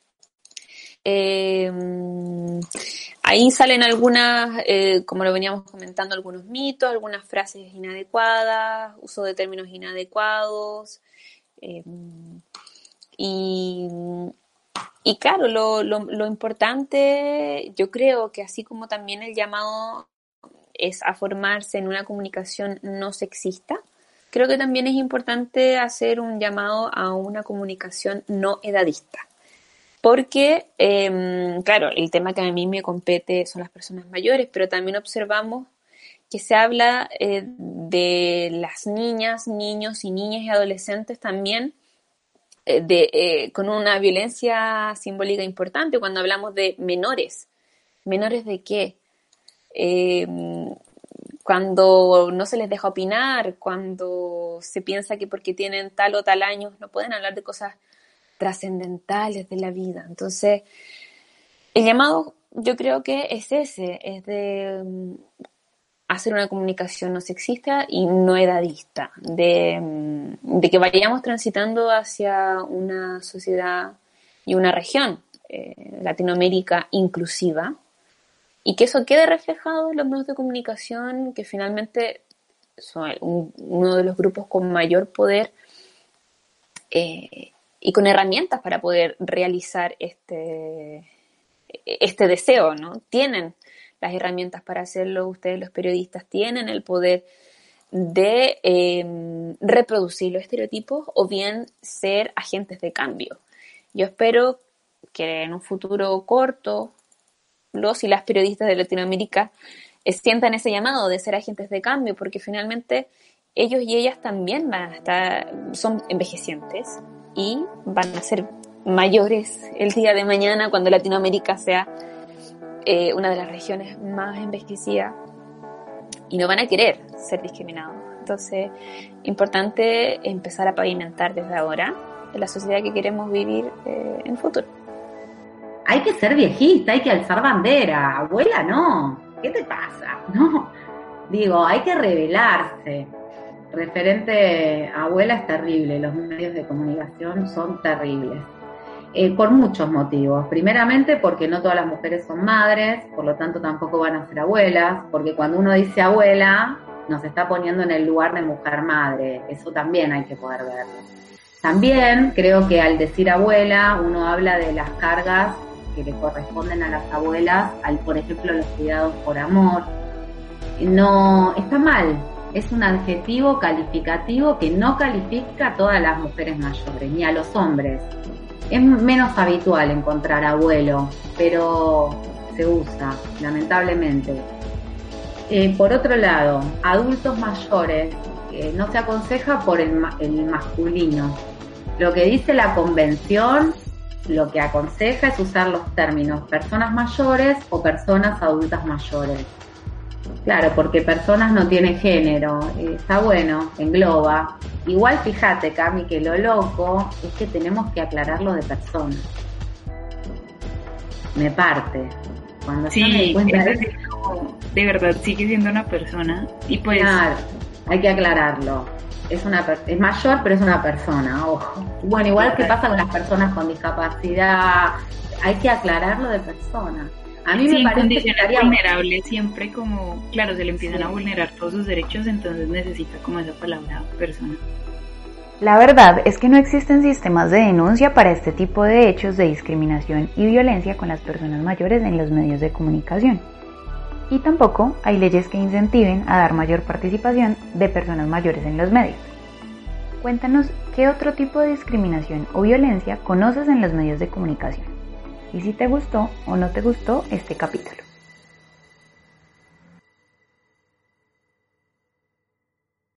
Eh, ahí salen algunas, eh, como lo veníamos comentando, algunos mitos, algunas frases inadecuadas, uso de términos inadecuados. Eh, y, y claro, lo, lo, lo importante, yo creo que así como también el llamado es a formarse en una comunicación no sexista, creo que también es importante hacer un llamado a una comunicación no edadista. Porque, eh, claro, el tema que a mí me compete son las personas mayores, pero también observamos que se habla eh, de las niñas, niños y niñas y adolescentes también eh, de, eh, con una violencia simbólica importante cuando hablamos de menores. ¿Menores de qué? Eh, cuando no se les deja opinar, cuando se piensa que porque tienen tal o tal año no pueden hablar de cosas trascendentales de la vida. Entonces, el llamado yo creo que es ese, es de um, hacer una comunicación no sexista y no edadista, de, um, de que vayamos transitando hacia una sociedad y una región, eh, Latinoamérica inclusiva, y que eso quede reflejado en los medios de comunicación, que finalmente son un, uno de los grupos con mayor poder eh, y con herramientas para poder realizar este, este deseo, ¿no? Tienen las herramientas para hacerlo, ustedes los periodistas tienen el poder de eh, reproducir los estereotipos o bien ser agentes de cambio. Yo espero que en un futuro corto los y las periodistas de Latinoamérica eh, sientan ese llamado de ser agentes de cambio, porque finalmente ellos y ellas también van a estar, son envejecientes y van a ser mayores el día de mañana cuando Latinoamérica sea eh, una de las regiones más envejecidas y no van a querer ser discriminados. Entonces, importante empezar a pavimentar desde ahora en la sociedad que queremos vivir eh, en el futuro. Hay que ser viejista, hay que alzar bandera. Abuela, no. ¿Qué te pasa? No. Digo, hay que rebelarse. Referente a abuela es terrible. Los medios de comunicación son terribles. Eh, por muchos motivos. Primeramente porque no todas las mujeres son madres, por lo tanto tampoco van a ser abuelas, porque cuando uno dice abuela, nos está poniendo en el lugar de mujer madre. Eso también hay que poder verlo. También creo que al decir abuela, uno habla de las cargas que le corresponden a las abuelas, al, por ejemplo, los cuidados por amor. No, está mal, es un adjetivo calificativo que no califica a todas las mujeres mayores, ni a los hombres. Es menos habitual encontrar abuelo, pero se usa, lamentablemente. Eh, por otro lado, adultos mayores, eh, no se aconseja por el, ma- el masculino. Lo que dice la convención, lo que aconseja es usar los términos personas mayores o personas adultas mayores. Claro, porque personas no tiene género, eh, está bueno, engloba. Igual fíjate, Cami, que lo loco es que tenemos que aclararlo de personas. Me parte. Cuando sí, yo me di cuenta es decir, como, de verdad sigue siendo una persona y pues claro, hay que aclararlo. Es una es mayor, pero es una persona, ojo. Bueno, igual que pasa con las personas con discapacidad, hay que aclararlo de persona. A mí sí, me parece que estaría vulnerable siempre como, claro, se le empiezan sí. a vulnerar todos sus derechos, entonces necesita como esa palabra persona. La verdad es que no existen sistemas de denuncia para este tipo de hechos de discriminación y violencia con las personas mayores en los medios de comunicación. Y tampoco hay leyes que incentiven a dar mayor participación de personas mayores en los medios. Cuéntanos qué otro tipo de discriminación o violencia conoces en los medios de comunicación y si te gustó o no te gustó este capítulo.